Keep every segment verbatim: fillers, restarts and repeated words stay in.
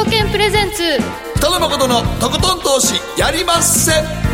証券プレゼンツ北野誠のとことん投資やりまっせ。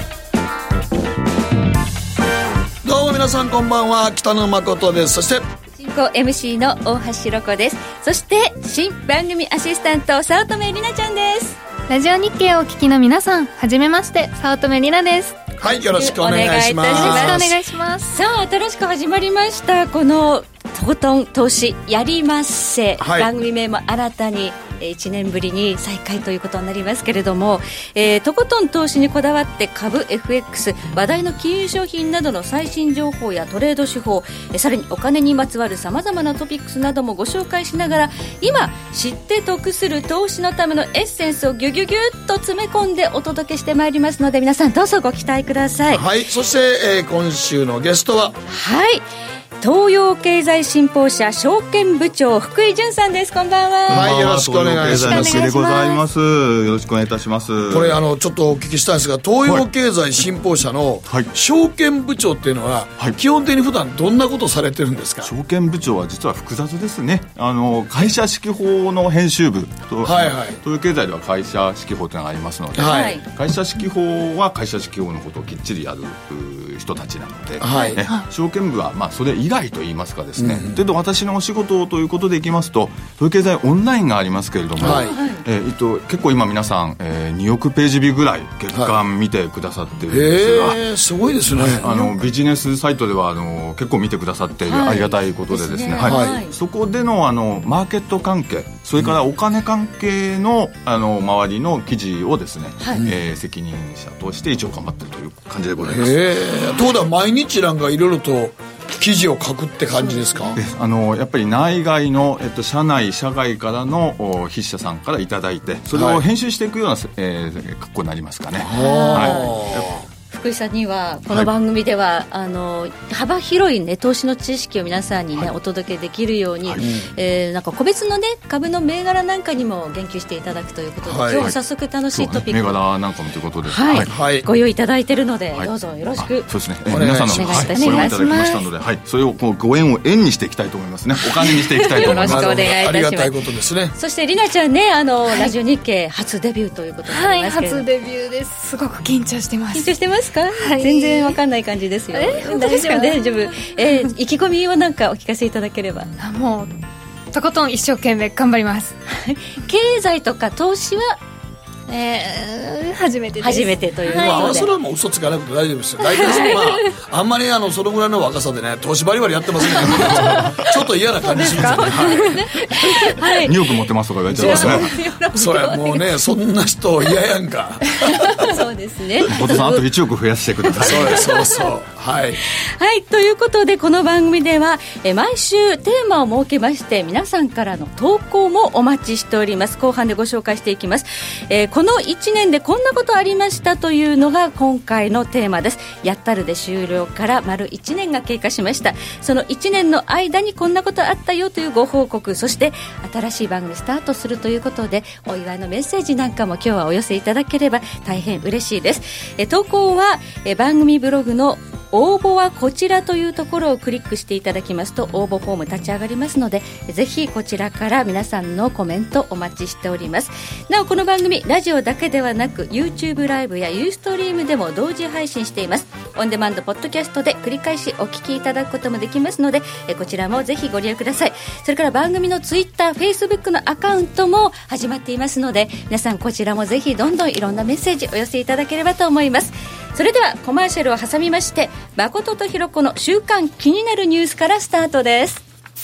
どうも皆さんこんばんは、北野誠です。そして進行 エムシー の大橋ロコです。そして新番組アシスタント早乙女里奈ちゃんです。 ラジオ日経をお聞きの皆さん、はじめまして、早乙女里奈です。 はい、よろしくお願いします。 よろしくお願いします。 さあ、新しく始まりましたこのとことん投資やりまっせ、はい、番組名も新たにいちねんぶりに再開ということになりますけれども、えー、とことん投資にこだわって株 エフエックス 話題の金融商品などの最新情報やトレード手法、えさらにお金にまつわるさまざまなトピックスなどもご紹介しながら、今知って得する投資のためのエッセンスをギュギュギュッと詰め込んでお届けしてまいりますので、皆さんどうぞご期待ください。 はい、そして、えー、今週のゲストは、 はい、東洋経済新報社証券部長福井潤さんです。こんばんは。 はい、よろしくお願いします。 東洋経済の福井でございます。よろしくお願いいたします。 これあのちょっとお聞きしたいんですが、東洋経済新報社の証券部長っていうのは、はい、基本的に普段どんなことをされてるんですか？ 証券部長は実は複雑ですね。あの会社指揮法の編集部と、はいはい、東洋経済では会社指揮法というのがありますので、はい、会社指揮法は会社指揮法のことをきっちりやる人たちなので、はい、ね、証券部はまあそれ以外といいますかですね、うん、で私のお仕事ということでいきますと、東洋経済オンラインがありますけれども、はい、えー、えっと、結構今皆さん、えー、におくページビューぐらい月間見てくださってるんですが、 はい、へー、すごいですね。 あのビジネスサイトではあの結構見てくださっている、はい、ありがたいことでですね、はいはい、そこでの、あのマーケット関係、それからお金関係 の, あの周りの記事をですね、はい、えー、責任者として一応頑張っているという感じでございます。 へー、ということは毎日なんかいろいろと記事を書くって感じですか？ あのやっぱり内外の、えっと、社内社外からの筆者さんからいただいて、それを編集していくような、はい、えー、格好になりますかね。はい、 福井さんにはこの番組では、はい、あの幅広い、ね、投資の知識を皆さんに、ね、はい、お届けできるように、はい、えー、なんか個別の、ね、株の銘柄なんかにも言及していただくということで、はい、今日は早速楽しいトピック、 ね、銘柄なんかもということで、 はいはい、ご用意いただいているので、はい、どうぞよろしく。 そうですね、えー、皆さんのご縁をいただきましたので、はい、それをこうご縁を円にしていきたいと思いますね。お金にしていきたいと思います。 よろしくお願いいたします。 ありがたいことですね。 そしてりなちゃんね、あの、はい、ラジオ日経初デビューということになりますけれども、 はい、初デビューです。すごく緊張してます。 緊張してますか？はい、全然わかんない感じですよ。 えー、大丈夫大丈夫、えー、意気込みをなんかお聞かせいただければ。 あ、もうとことん一生懸命頑張ります。 経済とか投資はえー、初めてです。 初めてということで、 まあ、それはもう嘘つかなくて大丈夫ですよ。大体その、まあ、あんまりあのそのぐらいの若さでね、投資バリバリやってますね。ちょっと嫌な感じしますね。 はい、におく持ってますとか言われちゃいますね。 それもうね、そんな人嫌やんか。 そうですね。 お父さんあといちおく増やしてください。 そうそうそう、はい、 はい、ということでこの番組ではえ毎週テーマを設けまして、皆さんからの投稿もお待ちしております。後半でご紹介していきます。えー、このいちねんでこんなことありましたというのが今回のテーマです。やったるで終了から丸いちねんが経過しました。そのいちねんの間にこんなことあったよというご報告、そして新しい番組スタートするということでお祝いのメッセージなんかも今日はお寄せいただければ大変嬉しいです。え投稿はえ番組ブログの応募はこちらというところをクリックしていただきますと応募フォーム立ち上がりますので、ぜひこちらから皆さんのコメントお待ちしております。なおこの番組ラジオだけではなく YouTube ライブや ユーストリームでも同時配信しています。オンデマンドポッドキャストで繰り返しお聞きいただくこともできますので、えこちらもぜひご利用ください。それから番組の Twitter、Facebook のアカウントも始まっていますので、皆さんこちらもぜひどんどんいろんなメッセージお寄せいただければと思います。それではコマーシャルを挟みまして、誠とひろこの週刊気になるニュースからスタートです。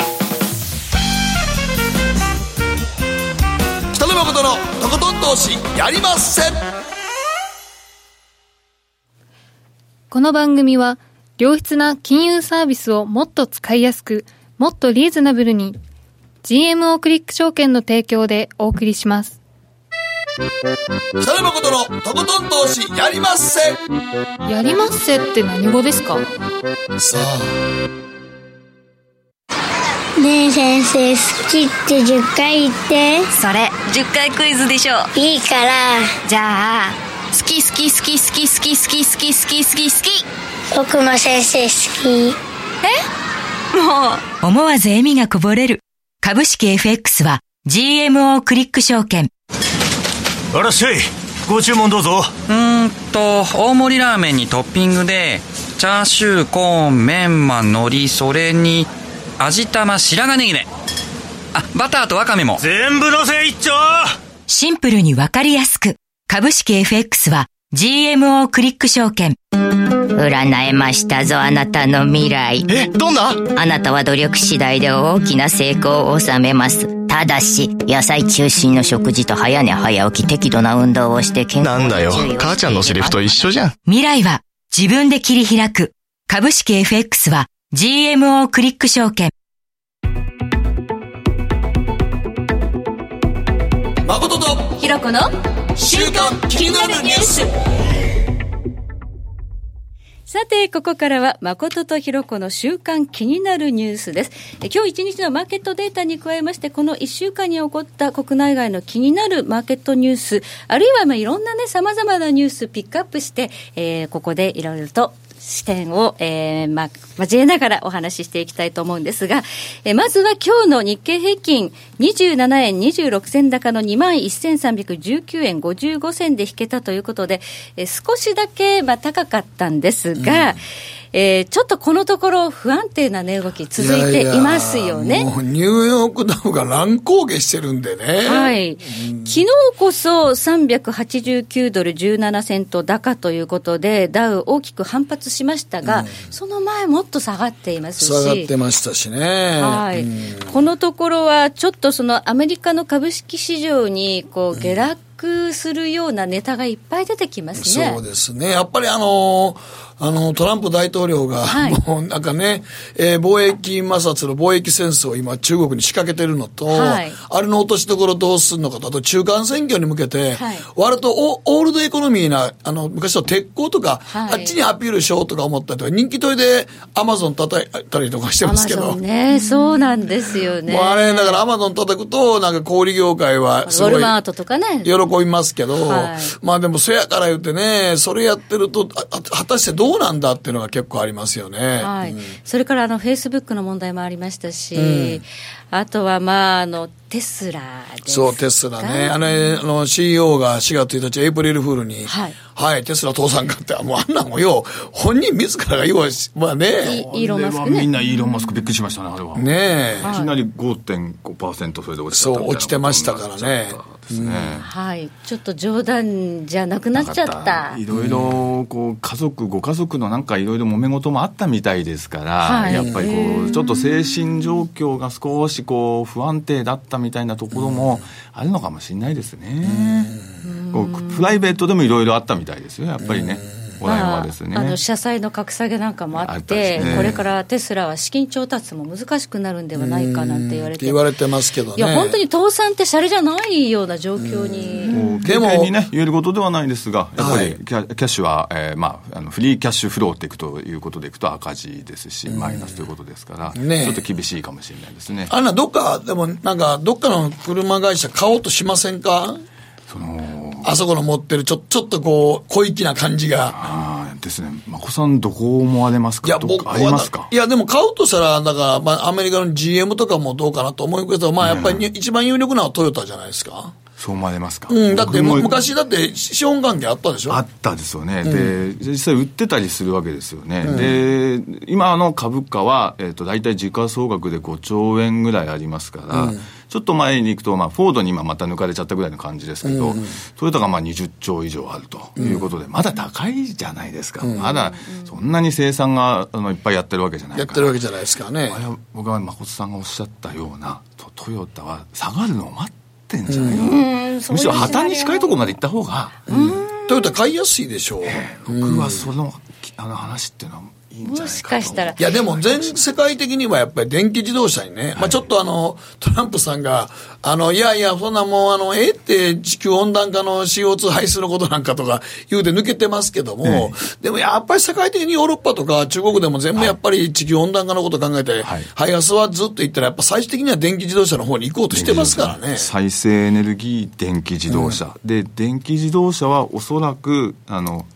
北野誠のとことん投資やりまっせ。 この番組は良質な金融サービスをもっと使いやすく、もっとリーズナブルに ジーエムオー クリック証券の提供でお送りします。 北野誠のとことん投資やりまっせ。 やりまっせって何語ですか？ さあねえ先生、好きってじゅっかい言って。 それじゅっかいクイズでしょ。 いいから。 じゃあ好き好き好き好き好き好き好き好き好き好き。 僕も先生好き。 え？もう思わず笑みがこぼれる。株式 エフエックス は ジーエムオー クリック証券。 あらっしゃい、ご注文どうぞ。 うーんと大盛りラーメンにトッピングでチャーシュー、コーン、メンマ、海苔、それに味玉、白髪ネギね。あ、バターとワカメも全部のせ一丁。 シンプルにわかりやすく、株式 エフエックス は ジーエムオー クリック証券。占えましたぞ、あなたの未来。 え、どんな？ あなたは努力次第で大きな成功を収めます。ただし野菜中心の食事と早寝早起き、適度な運動をして健康に注意をして。 なんだよ、母ちゃんのセリフと一緒じゃん。 未来は自分で切り開く。株式 エフエックス は ジーエムオー クリック証券。 誠とひろこの週刊気になるニュース。 さて、ここからは誠とひろこの週間気になるニュースです。え今日一日のマーケットデータに加えまして、このいっしゅうかんに起こった国内外の気になるマーケットニュース、あるいはまあいろんなね、様々なニュースピックアップして、えー、ここでいろいろと視点を、えーま、交えながらお話ししていきたいと思うんですが、えー、まずは今日の日経平均にじゅうななえんにじゅうろくせん高の にまんせんさんびゃくじゅうきゅうえんごじゅうごせんで引けたということで、えー、少しだけ、まあ、高かったんですが、うんえー、ちょっとこのところ不安定な値動き続いていますよね。 いやいやもうニューヨークダウが乱高下してるんでね。 はい。うん、昨日こそさんびゃくはちじゅうきゅうドルじゅうななセント高ということでダウ大きく反発しましたが、うん、その前もっと下がっていますし。 下がってましたしね。 はい。うん、このところはちょっとそのアメリカの株式市場にこう下落するようなネタがいっぱい出てきますね。 そうですね。やっぱりあのーあのトランプ大統領が、はい、もうなんかね、えー、貿易摩擦の貿易戦争を今中国に仕掛けてるのと、はい、あれの落としどころどうするのかと、あと中間選挙に向けて、はい、割とオールドエコノミーなあの昔の鉄鋼とか、はい、あっちにアピールしようとか思ったりとか、人気取りでアマゾン叩いたりとかしてますけど、 アマゾンね、そうなんですよね。 もうあれだからアマゾン叩くとなんか小売業界はすごいウォルマートとかね喜びますけど、はい、まあでもそやから言ってね、それやってるとあ果たしてどうなんだっていうのが結構ありますよね。 はい。うん、それからあのフェイスブックの問題もありましたし、うん、あとはまああのテスラですか。 そうテスラね。あの、あの シーイーオー がしがつついたちエイプリルフールに、はい、はい、テスラ倒産かってもうあんなもんよ本人自らが言わしまあね。 イーロンマスクね。 みんなイーロンマスクびっくりしましたねあれは。 ねえ。 いきなり ごてんごパーセント それで落ちたみたいな。 そう落ちてましたからね。 ですね。 うん、はい。ちょっと冗談じゃなくなっちゃった。 いろいろこう家族ご家族のなんかいろいろ揉め事もあったみたいですから、はい、やっぱりこうちょっと精神状況が少しこう不安定だったみたいなところもあるのかもしれないですね。こうプライベートでもいろいろあったみたいですよやっぱりね。 まあ、ですね、あの社債の格下げなんかもあって、ね、これからテスラは資金調達も難しくなるんではないかなんて言われて言われてますけどね。 いや本当に倒産ってシャレじゃないような状況に。 でもにね言えることではないですが、やっぱりキャ、はい、キャッシュは、えーまあ、あのフリーキャッシュフローっていくということでいくと赤字ですしマイナスということですから、ね、ちょっと厳しいかもしれないですね。 あんなどっかでもなんかどっかの車会社買おうとしませんか。そのあそこの持ってるちょ、ちょっとこう小粋な感じが。 あですね。まこさんどこ思われますか。 いや僕はありますか。 いやでも買うとしたらだからまあアメリカの ジーエム とかもどうかなと思うけど、まあやっぱり、ね、一番有力なのはトヨタじゃないですか。 そう思われますか。 うん、だって昔だって資本関係あったでしょ。 あったですよね。うん、で実際売ってたりするわけですよね。うん、で今の株価はえっ、ー、と大体時価総額でごちょうえんぐらいありますから。うん、ちょっと前に行くと、まあ、フォードに今また抜かれちゃったぐらいの感じですけど、うん、トヨタがまあにじゅっちょう以上あるということで、うん、まだ高いじゃないですか、うん、まだそんなに生産があのいっぱいやってるわけじゃないからやってるわけじゃないですかね。 僕は誠さんがおっしゃったようなトヨタは下がるのを待ってんじゃないか、うん、むしろ破綻に近いところまで行った方が、 うん、トヨタ買いやすいでしょう、 えー、僕はその、あの話っていうのはいいんじゃないかと。もしかしたらいやでも全世界的にはやっぱり電気自動車にね、はい、まあ、ちょっとあのトランプさんがあのいやいやそんなもうあのええって地球温暖化の シーオーツー 排出のことなんかとか言うて抜けてますけども、はい、でもやっぱり世界的にヨーロッパとか中国でも全部やっぱり地球温暖化のことを考えて、はい、排ガスはずっと言ったらやっぱ最終的には電気自動車の方に行こうとしてますからね。 再生エネルギー電気自動車、うん、で電気自動車はおそらくあの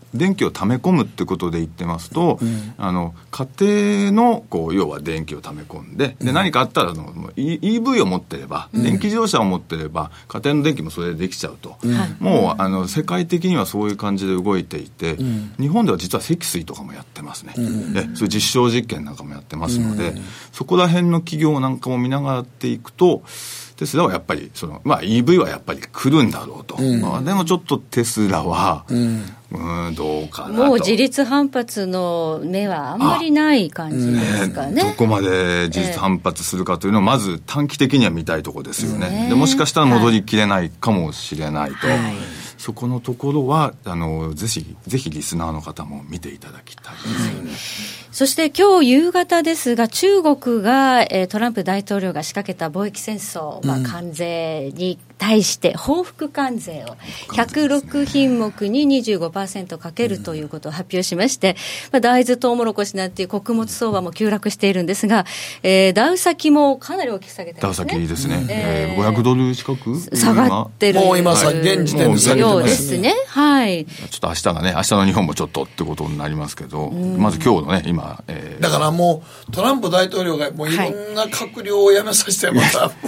電気を溜め込むってことで言ってますと、うん、あの家庭のこう要は電気を溜め込んで、で何かあったらの イーブイ を持ってれば、うん、電気自動車を持ってれば家庭の電気もそれでできちゃうと、うん、もうあの世界的にはそういう感じで動いていて、うん、日本では実は積水とかもやってますね、うん、でそういう実証実験なんかもやってますので、うん、そこら辺の企業なんかも見ながらっていくと、テスラはやっぱりその、まあ、イーブイ はやっぱり来るんだろうと、うんまあ、でもちょっとテスラは、うん、うんどうかなと。 もう自立反発の目はあんまりない感じですかね。 どこまで自立反発するかというのをまず短期的には見たいところですよね、ねでもしかしたら戻りきれないかもしれないと、はいはい、そこのところはあのぜひぜひリスナーの方も見ていただきたいですよね、はい。 そして今日夕方ですが、中国が、えー、トランプ大統領が仕掛けた貿易戦争、まあ、関税に対して報復関税をひゃくろくひんもくに にじゅうごパーセント かけるということを発表しまして、まあ、大豆トウモロコシなんていう穀物相場も急落しているんですが、えー、ダウ先もかなり大きく下げてますね。 ダウ先ですね、えー、ごひゃくドル近く下がってる。 もう今さ現時点で下げてますね。 ようですね。はい。 ちょっと明日がね、明日の日本もちょっとってことになりますけど、まず今日のね今、えー、 だからもうトランプ大統領がもういろんな閣僚を辞めさせてまた、はい、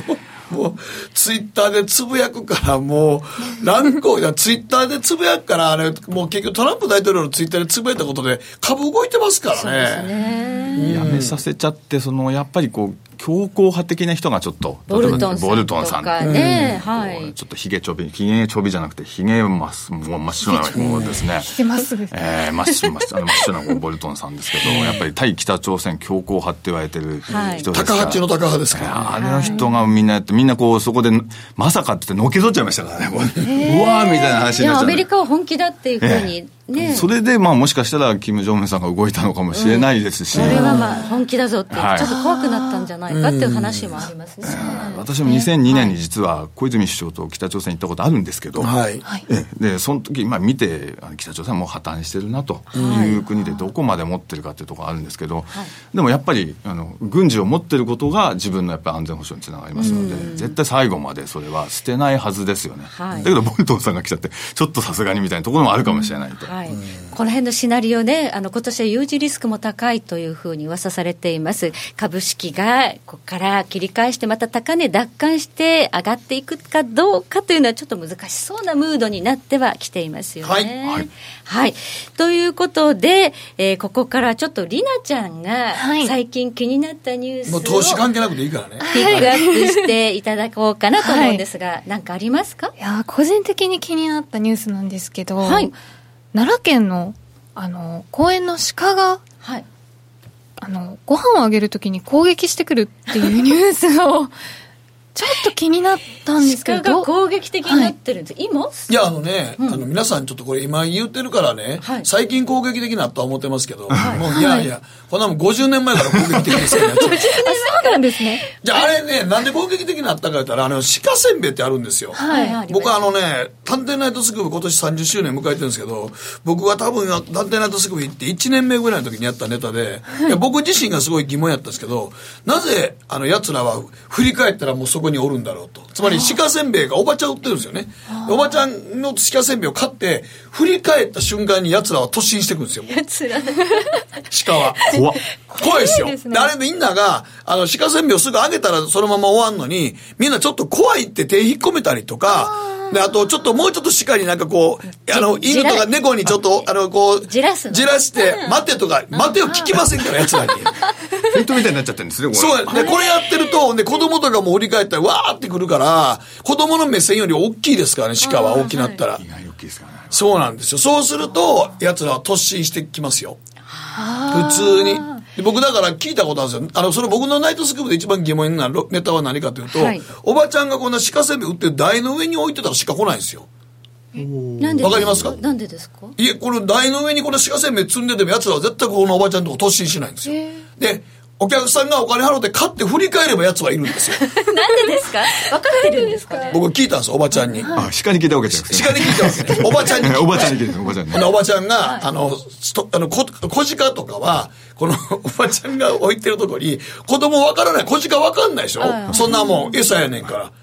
もうツイッターでつぶやくからもう乱高下ツイッターでつぶやくからあれもう結局トランプ大統領のツイッターでつぶやいたことで株動いてますからね。そうですね。 辞めさせちゃってそのやっぱりこう強硬派的な人がちょっとボルトンさんボルトンさんとかね、うんはい、 ちょっとひげちょびひげちょびじゃなくてひげまっもう真っ白なものですね。 ひげまっすぐ、 えー、真っ白真っ白真っ白なボルトンさんですけどやっぱり対北朝鮮強硬派って言われてる人ですから、はい、 高派中の高派ですから、ね、 あれの人がみんなやってみんなこうそこでまさかって言ってのけぞっちゃいましたからね。うわーみたいな話になっちゃう。 いやアメリカは本気だっていうふうに、えーね、 それでまあもしかしたらキム・ジョンウンさんが動いたのかもしれないですし、 うん、それはまあ本気だぞってちょっと怖くなったんじゃないかっていう話もありますね、 うん、私もにせんにねんに実は小泉首相と北朝鮮行ったことあるんですけど、はい、でその時、まあ、見て北朝鮮はもう破綻してるなという国でどこまで持ってるかっていうところあるんですけど、はい、でもやっぱりあの軍事を持ってることが自分のやっぱり安全保障につながりますので、うん、絶対最後までそれは捨てないはずですよね、はい、だけどボルトンさんが来ちゃってちょっとさすがにみたいなところもあるかもしれないと、うんはいうん、 この辺のシナリオで、あの今年は有事リスクも高いというふうに噂されています。株式がここから切り返してまた高値奪還して上がっていくかどうかというのはちょっと難しそうなムードになってはきていますよね。はい、はいはい、ということで、えー、ここからちょっとりなちゃんが最近気になったニュースを、 もう投資関係なくていいからねピックアップしていただこうかなと思うんですが、はい、何かありますか？ いや個人的に気になったニュースなんですけど、はい、奈良県のあの公園の鹿が、はい、あのご飯をあげるときに攻撃してくるっていうニュースをちょっと気になったんですけど、 鹿が攻撃的になってるんです、はい、今いやあのね、うん、あの皆さんちょっとこれ今言ってるからね、はい、最近攻撃的なとは思ってますけど、はい、もういやいや、はい、こんなもんごじゅうねんまえから攻撃的ですよねそうなんですね。 じゃああれね、なんで攻撃的になったか言ったらあの鹿せんべいってあるんですよ、はい、僕はあのね探偵ナイトスクープ今年さんじゅっしゅうねん迎えてるんですけど、僕が多分探偵ナイトスクープ行っていちねんめぐらいの時にやったネタで、はい、いや僕自身がすごい疑問やったんですけど、なぜあの奴らは振り返ったらもうそこにおるんだろうと。つまり鹿せんべいがおばちゃん売ってるんですよね。おばちゃんの鹿せんべいを買って振り返った瞬間に奴らは突進してくるんですよ。奴ら鹿は怖怖いですよ。であれみんながあの鹿せんべいをすぐあげたらそのまま終わんのに、みんなちょっと怖いって手引っ込めたりとか、であとちょっともうちょっと鹿になんかこうあの犬とか猫にちょっとあのこうじらすのじらして待てとか待てを聞きませんから奴らにフェイトみたいになっちゃってるんですね。 そうでこれやってるとで子供とかも振り返ったらわーってくるから子供の目線より大きいですからね、鹿は大きなったら、はい、大きいですからね。そうなんですよ。そうすると奴らは突進してきますよ普通に。で僕だから聞いたことあるんですよ。あのその僕のナイトスクープで一番疑問になるネタは何かというと、はい、おばちゃんがこんな鹿せんべい売ってる台の上に置いてたら鹿来ないんですよ。 なんでわかりますか？ なんでですか？ いえ、この台の上にこの鹿せんべい積んでても奴らは絶対このおばちゃんのとこ突進しないんですよ。でお客さんがお金払って買って振り返れば奴はいるんですよなんでですか？分かってるんですかね？ 僕聞いたんですおばちゃんに、 はい、あ鹿に聞いたわけじゃなくて鹿に聞いたわけねおばちゃんにおばちゃんに聞いたおばちゃんにおばちゃんが、はい、あのあの小鹿とかはこのおばちゃんが置いてるとこに子供分からない、小鹿分かんないでしょ、はい、そんなもん餌やねんから。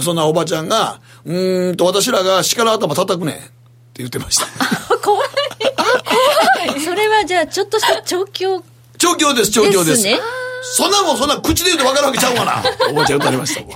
そんなおばちゃんがうーんと私らが鹿の頭叩くねんって言ってました怖いじゃあちょっとした調教調教です調教です、ね、そんなもんそんな口で言うと分かるわけちゃうわなおばちゃん歌いましたもん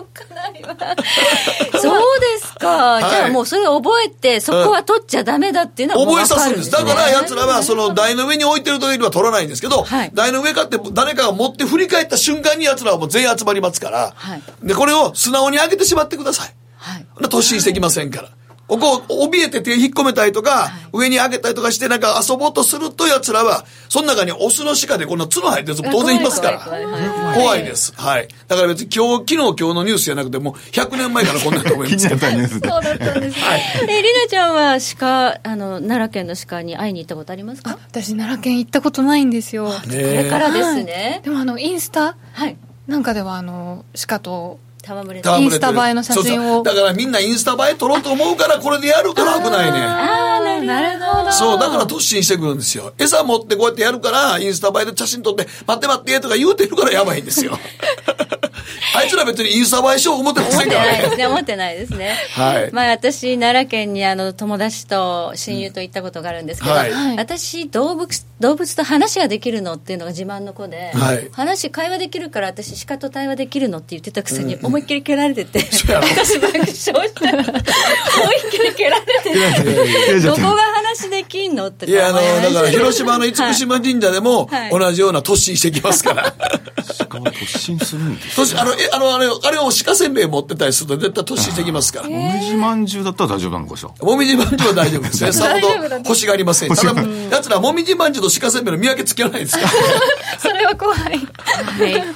そうですか、はい、じゃあもうそれを覚えてそこは取っちゃダメだっていうのはもう分かるんですね。 覚えさすんです。だから奴らはその台の上に置いてる時には取らないんですけど、はい、台の上かって誰かが持って振り返った瞬間に奴らはもう全員集まりますから、はい、でこれを素直に上げてしまってください、はい、突進してきませんから。ここを怯えて手引っ込めたりとか、はい、上に上げたりとかしてなんか遊ぼうとすると奴らはその中にオスの鹿でこんな角生えてるやつも当然いますから怖いです。はい。だから別に今日昨日今日のニュースじゃなくてもうひゃくねんまえからこんなと思いますけどそうだったんです、はい、えりなちゃんは鹿あの奈良県の鹿に会いに行ったことありますか？ 私奈良県行ったことないんですよ。 これからですね、 はい、でもあのインスタ、はい、なんかではあの鹿と戯れてインスタ映えの写真を。 そうそう。だからみんなインスタ映え撮ろうと思うからこれでやるから危ないね。 ああ、なるほど。 そう、だから突進してくるんですよ。餌持ってこうやってやるからインスタ映えで写真撮って待って待ってとか言うてるからやばいんですよ。あいつら別にインスタ映えしよう思ってませんからね。 思ってないですね。思ってないですね。はい。まあ私奈良県にあの友達と親友と行ったことがあるんですけど、うんはい、私動物動物と話ができるのっていうのが自慢の子で、はい、話会話できるから私鹿と対話できるのって言ってたくせに思いっきり蹴られてて、うんうん、私爆笑して思いっきり蹴られててどこが話できんのっていやあのだから広島の厳島神社でも同じような突進してきますから。 鹿は突進するんですか？あのあのあれあれを鹿せんべい持ってたりすると絶対突進してきますから。 もみじまんじゅうだったら大丈夫なのかしら？ もみじまんじゅうは大丈夫ですね。さほど欲しがりません。ただ奴らもみじまんじゅうと鹿せんべいの見分けつけはないですから。 それは怖い。 はい。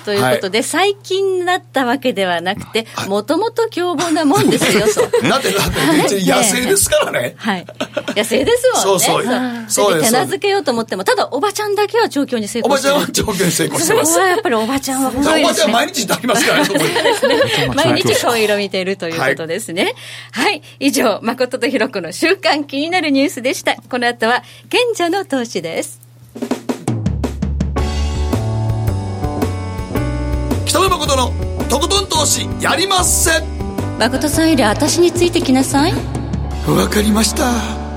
ということで、はい、最近なったわけではなくて、もともと凶暴なもんですよと。 だってだって別に野生ですからね。 はい。野生ですもんね。 そうそう。 そうです。手なずけようと思っても、ただおばちゃんだけは調教に成功してる。 おばちゃんは調教に成功してます。 それはやっぱりおばちゃんは本当にですね。 おばちゃん毎日いただきますからね。そうですね。毎日顔色見ているということですね。はい。はい、以上、誠とひろ子の週刊気になるニュースでした。この後は賢者の投資です。 北野誠のとことん投資やりまっせ。 誠さんより私についてきなさい。 わかりました。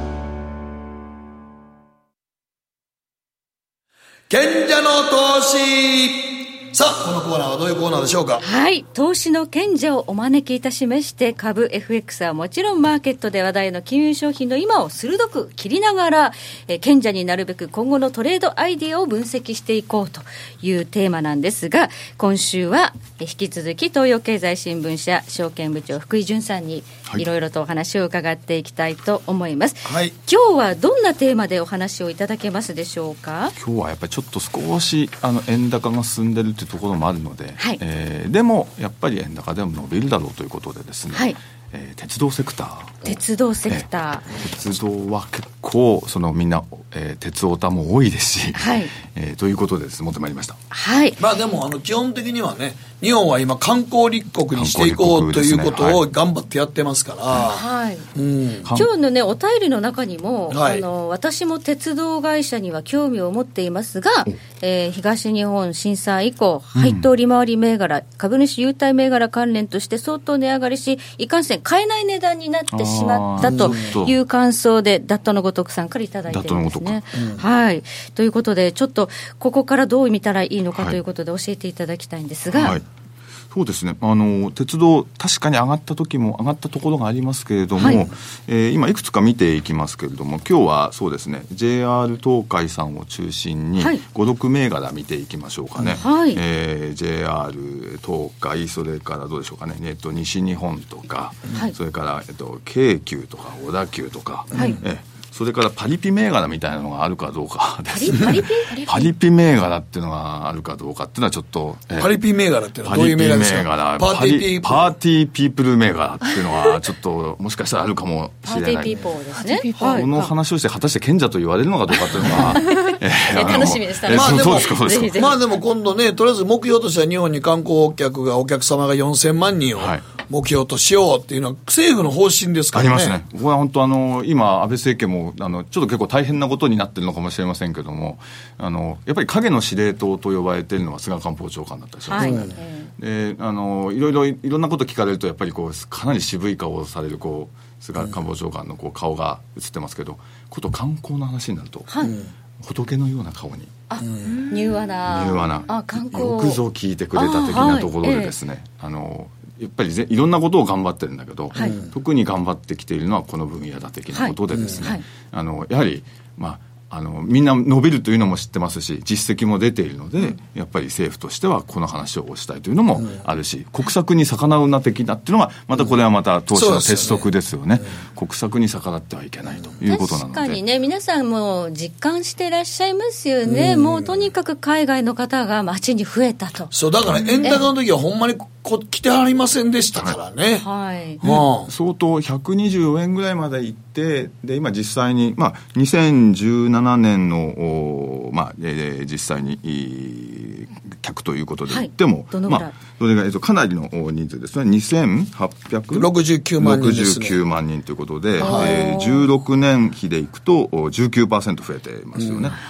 賢者の投資。さあこのコーナーはどういうコーナーでしょうか？ はい、投資の賢者をお招きいたしまして、株 エフエックス はもちろんマーケットで話題の金融商品の今を鋭く切りながら、え賢者になるべく今後のトレードアイディアを分析していこうというテーマなんですが、今週は引き続き東洋経済新聞社証券部長福井潤さんにいろいろとお話を伺っていきたいと思います、はい、今日はどんなテーマでお話をいただけますでしょうか？ 今日はやっぱりちょっと少しあの円高が進んでるというところもあるので、はい、えー、でもやっぱり円高でも伸びるだろうということでですね、はい、えー、鉄道セクター鉄道セクター、 えー、鉄道は結構そのみんな、えー、鉄オタも多いですし、はい、えー、ということでです持ってまいりました。 はい、 まあでもあの基本的にはね、日本は今観光立国にしていこうということを頑張ってやってますから、 はい、うん、今日のねお便りの中にも、はい、あの私も鉄道会社には興味を持っていますが、えー、東日本震災以降配当利回り銘柄、うん、株主優待銘柄関連として相当値上がりし、いかんせん買えない値段になってしまったという感想でダットのごとくさんからいただいてるんですね、うん、はい、ということでちょっとここからどう見たらいいのかということで教えていただきたいんですが、はいはい、 そうですね、あの鉄道確かに上がった時も上がったところがありますけれども、はい、えー、今いくつか見ていきますけれども、今日はそうですね ジェイアール 東海さんを中心にご、ろく銘柄見ていきましょうかね、はい、えー、ジェイアール 東海、それからどうでしょうかね、えっと、西日本とか、はい、それから、えっと、京急とか小田急とか、はい、えそれからパリピ銘柄みたいなのがあるかどうかですね。 パリピパリピ銘柄っていうのがあるかどうかっていうのはちょっと、 えー、パリピ銘柄っていうのはどういう銘柄ですか？ パーティーピープルパーティーピープル銘柄っていうのはちょっともしかしたらあるかもしれない。 パーティーピーポーですね。 この話をして果たして賢者と言われるのかどうかっていうのは、 えー、楽しみです。 まあでもそうですかそうですか。ぜひぜひ。 まあでも今度ね、とりあえず目標としては日本に観光客がお客様がよんせんまんにんを、はい、目標としようっていうのは政府の方針ですからね。 ありますね。僕は本当あの今安倍政権もあのちょっと結構大変なことになってるのかもしれませんけども、あのやっぱり影の司令塔と呼ばれているのは菅官房長官だったりしますね、はい、であのいろいろいろんなこと聞かれるとやっぱりこうかなり渋い顔をされるこう菅官房長官のこう顔が映ってますけど、こと観光の話になると、はい、 仏のような顔に、 あ、柔和な柔和な、 あ、観光よくぞ聞いてくれた的なところでですね、あ、はい、えー、あのやっぱりいろんなことを頑張ってるんだけど、はい、特に頑張ってきているのはこの分野だ的なことでですね、はい、あのやはり、まああのみんな伸びるというのも知ってますし、実績も出ているので、うん、やっぱり政府としてはこの話をしたいというのもあるし、うん、国策に逆らうな的なっていうのはまたこれはまた当初の鉄則ですよね、うん、よね、国策に逆らってはいけないということなので、 確かにね、皆さんも実感していらっしゃいますよね、うん、もうとにかく海外の方が街に増えたと。 そうだから円高の時はほんまにこ来てはりませんでしたからね、 はい、 はい、相当ひゃくにじゅうよえんぐらいまで行って、で今実際に、まあ、にせんじゅうななねんの、まあえー、実際に客ということで言っても、はい、どのぐらい、まあ、どれが、えっと、かなりの人数ですね、にせんはっぴゃくろくじゅうきゅうまんにんですね、ろくじゅうきゅうまんにんということで、えー、じゅうろくねん比でいくと じゅうきゅうパーセント 増えていますよね、うん、はい、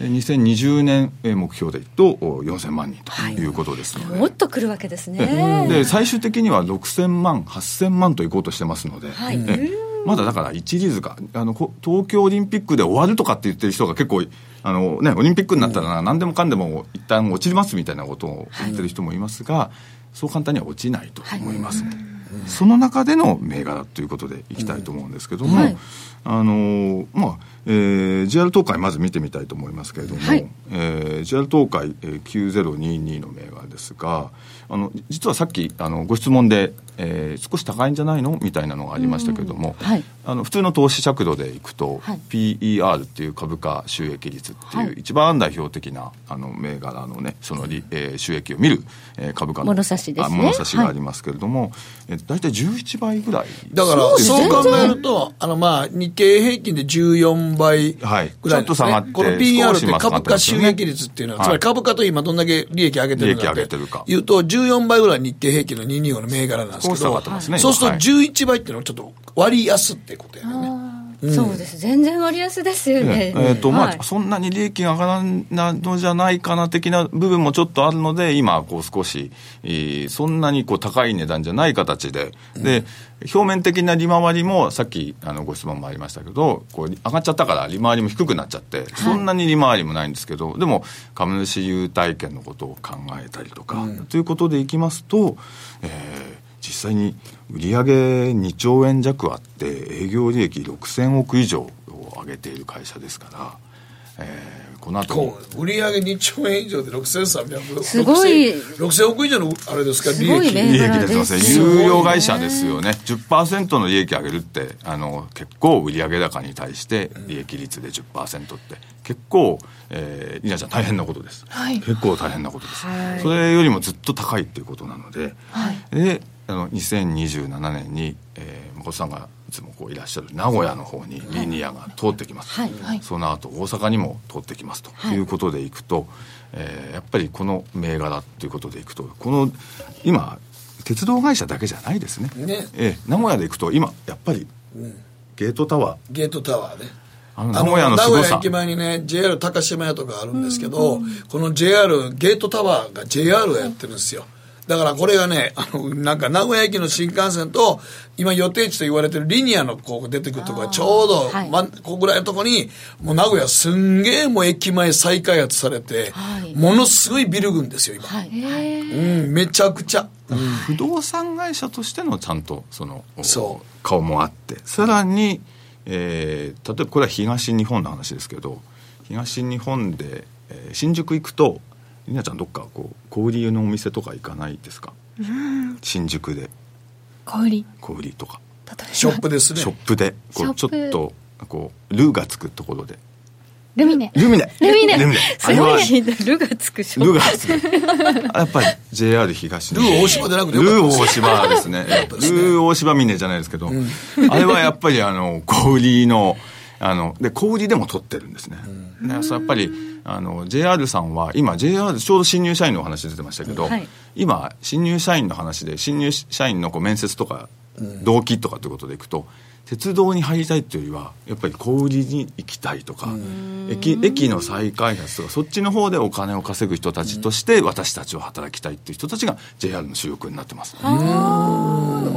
にせんにじゅうねん目標でいくとよんせんまんにんということですので、 はい、もっと来るわけですね。 で最終的にはろくせんまんはっせんまんといこうとしてますので、はい、えまだだから一里塚、あの東京オリンピックで終わるとかって言ってる人が結構あの、ね、オリンピックになったら何でもかんでも一旦落ちますみたいなことを言ってる人もいますが、はい、そう簡単には落ちないと思いますね、はい、その中での銘柄ということでいきたいと思うんですけども、はい、あのまあえー、ジェイアール 東海まず見てみたいと思いますけれども、はい、えー、ジェイアール 東海、えー、きゅうぜろににの銘柄ですが、あの実はさっきあのご質問で、えー、少し高いんじゃないのみたいなのがありましたけれども、はい、あの普通の投資尺度でいくと、はい、ピーイーアール っていう株価収益率っていう、はい、一番代表的なあの銘柄のね、その、えー、収益を見る、えー、株価の物差しですね、 物差しがありますけれども、はい、えー、大体じゅういちばいぐらいだから、そう考えるとあの、まあ、日経平均でじゅうよんばいぐらいですね、はい、ちょっと下がって、この ピーイーアール って株価収益率っていうのは、はい、つまり株価と今どんだけ利益上げてるかっていうとじゅうよんばいぐらい日経平均のにひゃくにじゅうごの銘柄なんですけど、 ますね、 そうするとじゅういちばいっていうのはちょっと割安ってことやね、 うん、そうです、全然割安ですよね、 えーえーとまあはい、そんなに利益が上がらないのじゃないかな的な部分もちょっとあるので、今こう少し、えー、そんなにこう高い値段じゃない形で、うん、で表面的な利回りもさっきあのご質問もありましたけど、こう上がっちゃったから利回りも低くなっちゃって、はい、そんなに利回りもないんですけど、でも株主優待券のことを考えたりとか、うん、ということでいきますと、えー実際に売上にちょうえん弱あって営業利益ろくせんおく以上を上げている会社ですから、えー、この後こう売上にちょうえん以上でろくせんさんびゃくすごいろくせんおく以上のあれですか、利益利益ですね、有料会社ですよね。 じゅっパーセント の利益上げるってあの結構売上高に対して利益率で じゅっパーセント って結構、えー、稲ちゃん大変なことです、はい、結構大変なことです、はい、それよりもずっと高いっていうことなので、はい、であのにせんにじゅうななねんに、えー、誠さんがいつもこういらっしゃる名古屋の方にリニアが通ってきます、はいはい、その後大阪にも通ってきますということでいくと、はい、えー、やっぱりこの銘柄ということでいくと、この今鉄道会社だけじゃないですね、ね、えー、名古屋でいくと今やっぱり、うん、ゲートタワーゲートタワーね、 あの名古屋のすごさ、 名古屋駅前にね ジェイアール 高島屋とかあるんですけど、うんうん、この ジェイアール ゲートタワーが ジェイアール をやってるんですよ。だからこれがね、あのなんか名古屋駅の新幹線と今予定地と言われてるリニアのこう出てくるところがちょうど、はい、ま、ここぐらいのところにもう名古屋すんげえもう駅前再開発されて、はい、ものすごいビル群ですよ今、はい、うん、めちゃくちゃ、うん、 不動産会社としてのちゃんとそのそう顔もあって、さらに、えー、例えばこれは東日本の話ですけど、東日本で、えー、新宿行くとりなちゃんどっかこう小売りのお店とか行かないですか？うん、新宿で小売り小売りとかショップですね。 ショップでこうちょっとこうルがつくところでルミネルミネルミネルミネすごいルがつくショップ、 ルがつくやっぱり ジェイアール 東ル大芝でなくてよかったです、ル大芝ですねル大芝ミネじゃないですけど、うん、あれはやっぱりあの小売りのあので小売りでも取ってるんですね、うん、でやっぱりあの ジェイアール さんは今 ジェイアール ちょうど新入社員のお話出てましたけど、はい、今新入社員の話で新入社員のこう面接とか動機とかということでいくと、鉄道に入りたいっていうよりはやっぱり小売りに行きたいとか、駅, 駅の再開発とかそっちの方でお金を稼ぐ人たちとして私たちを働きたいっていう人たちが ジェイアール の主力になってます。 あ、お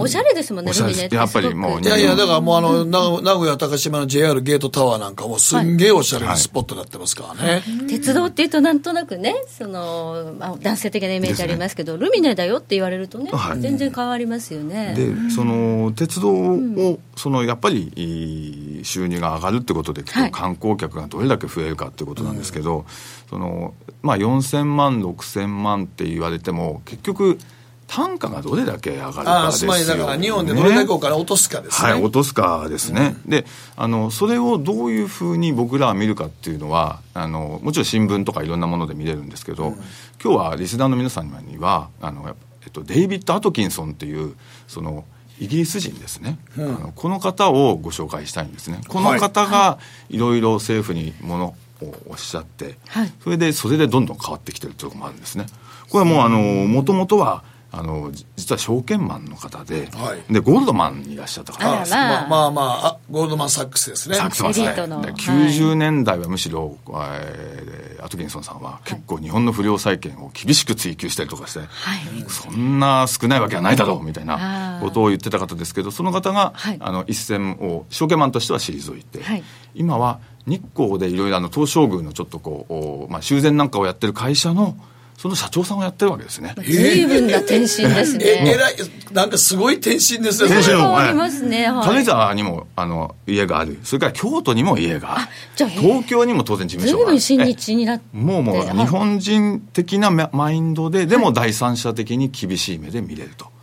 おしゃれですもんね、ルミネって。 やっぱりもう、 いやいや、だからもうあの、名古屋高島の ジェイアール ゲートタワーなんかもすんげえおしゃれなスポットになってますからね。はいはい、 鉄道っていうとなんとなくね、その、まあ、男性的なイメージありますけど、ね、ルミネだよって言われるとね、はい、全然変わりますよね。 で、その、鉄道を、その、やっぱり、収入が上がるってことで、はい、観光客がどれだけ増えるかってことなんですけど、うん、その、まあ、よんせんまんろくせんまんって言われても結局単価がどれだけ上がるかですよね。 あ、つまりだから日本でどれだけお金落とすかですね。 はい、落とすかですね、うん、で、あのそれをどういうふうに僕らは見るかっていうのは、あのもちろん新聞とかいろんなもので見れるんですけど、うん、今日はリスナーの皆さんにはあの、えっと、デイビッド・アトキンソンっていうそのイギリス人ですね、うん、あのこの方をご紹介したいんですね。この方がいろいろ政府にものをおっしゃって、はい、それでそれでどんどん変わってきてるというところもあるんですね。これはもうあのもともとはあの実は証券マンの方で、はい、でゴールドマンにいらっしゃった方です。 あ、まあまあまあ、あ、ゴールドマンサックスですね。 サックスマンですね。きゅうじゅうねんだいはむしろ、えー、アトキンソンさんは結構日本の不良債権を厳しく追及したりとかして、はい、そんな少ないわけはないだろうみたいなことを言ってた方ですけど、その方が、はい、あの一線を証券マンとしては退いて、はい、今は日光でいろいろ東照宮のちょっとこう、まあ、修繕なんかをやってる会社のその社長さんをやってるわけですね。 随分な転身ですね。 え、えらい、なんかすごい転身ですね。 転身もありますね。 はい、軽井沢にもあの家がある。それから京都にも家がある。じゃあ東京にも当然事務所がある。 随分親日になって。 もうもう日本人的なマインドで、でも第三者的に厳しい目で見れると。はい、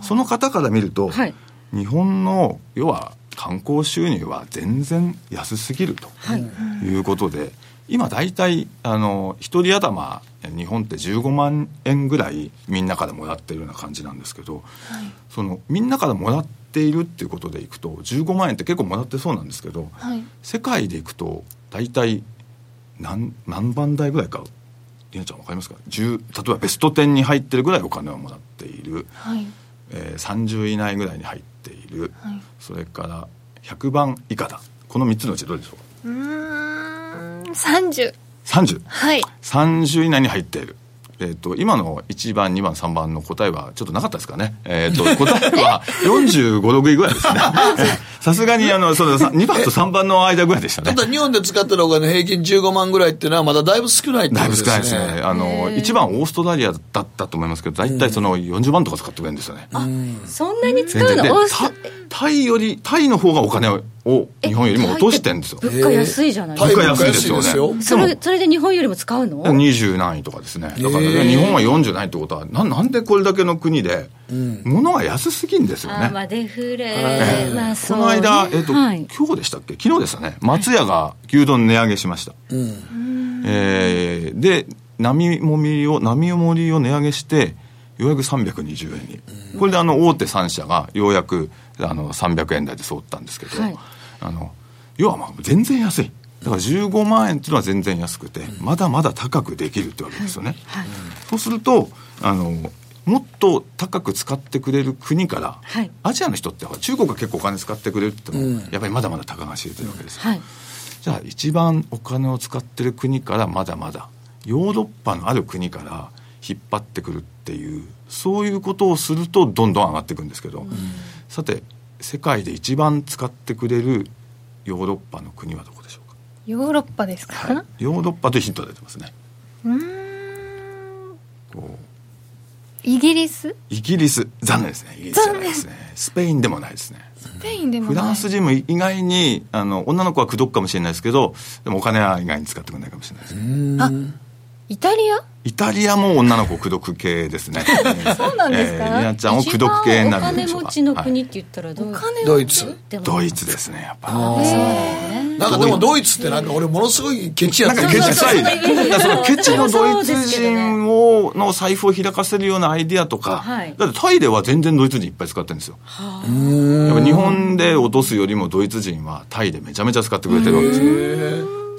その方から見ると、はい、日本の要は観光収入は全然安すぎるということで、はい、今大体あの一人頭日本ってじゅうごまんえんぐらいみんなからもらってるような感じなんですけど、はい、そのみんなからもらっているっていうことでいくとじゅうごまんえんって結構もらってそうなんですけど、はい、世界でいくと大体 何, 何番台ぐらいかりなちゃん分かりますか。じゅう例えばベストじゅうに入ってるぐらいお金をもらっている、はい、えー、さんじゅうい以内ぐらいに入っている、はい、それからひゃくばん以下だ。このみっつのうちどうでしょうか。 うーんさんじゅうさんじゅう、 はい、 さんじゅう以内に入っている、えー、と今のいちばんにばんさんばんの答えはちょっとなかったですかね、えー、と答えはよんじゅうごろくいぐらいですね。さすがにあのそのにばんとさんばんの間ぐらいでしたね。 ただ日本で使ってるお金平均じゅうごまんぐらいっていうのはまだだいぶ少ないってことですね。 だいぶ少ないですね。あのいちばんオーストラリアだったと思いますけど、大体そのよんじゅうばんとか使ってくれるんですよね。 あ、そんなに使うの。オーストタイよりタイの方がお金を日本よりも落としてるんですよ。 物価安いじゃないですか。物価安いですよね。 それ、それで日本よりも使うのにじゅうなんいとかですね。だから、ね、日本はよんじゅうないってことは な, なんでこれだけの国で物が安すぎんですよね。 あ、まあ、デフレ、えーまあそうね、 この間、えーとはい、今日でしたっけ昨日でしたね、松屋が牛丼値上げしました、はい、えー、で並盛りを並盛りを値上げしてようやくさんびゃくにじゅうえんに、うん、これであの大手さん社がようやくあのさんびゃくえん台で揃ったんですけど、はい、あの要はまあ全然安い。だからじゅうごまんえんっていうのは全然安くて、うん、まだまだ高くできるってわけですよね、はいはい、そうするとあのもっと高く使ってくれる国から、はい、アジアの人って中国が結構お金使ってくれるっても、うん、やっぱりまだまだ高が知れてるわけですよ、はい、じゃあ一番お金を使ってる国からまだまだヨーロッパのある国から引っ張ってくるっていうそういうことをするとどんどん上がっていくんですけど、うん、さて世界で一番使ってくれるヨーロッパの国はどこでしょうか。 ヨーロッパですか、 はい、ヨーロッパというヒントが出てますね。 うーんこうイギリスイギリス残念ですね。イギリスじゃないですね。スペインでもないですね。 スペインでもない。 フランス人も意外にあの女の子は口説くかもしれないですけどでもお金は意外に使ってくれないかもしれないですね。 あ、イタリアイタリアも女の子口説く系ですね。 そうなんですか。 えー、りなちゃんを口説く系になるんでしょうか。 お金持ちの国って言ったらどう、 はい、ドイツドイツですねやっぱ。 あーなんかでもドイツってなんか俺ものすごいケチやったなんかケチ臭いそのケチのドイツ人をの財布を開かせるようなアイディアとか、はい、だってタイでは全然ドイツ人いっぱい使ってるんですよ。はやっぱ日本で落とすよりもドイツ人はタイでめちゃめちゃ使ってくれてるわけですよ。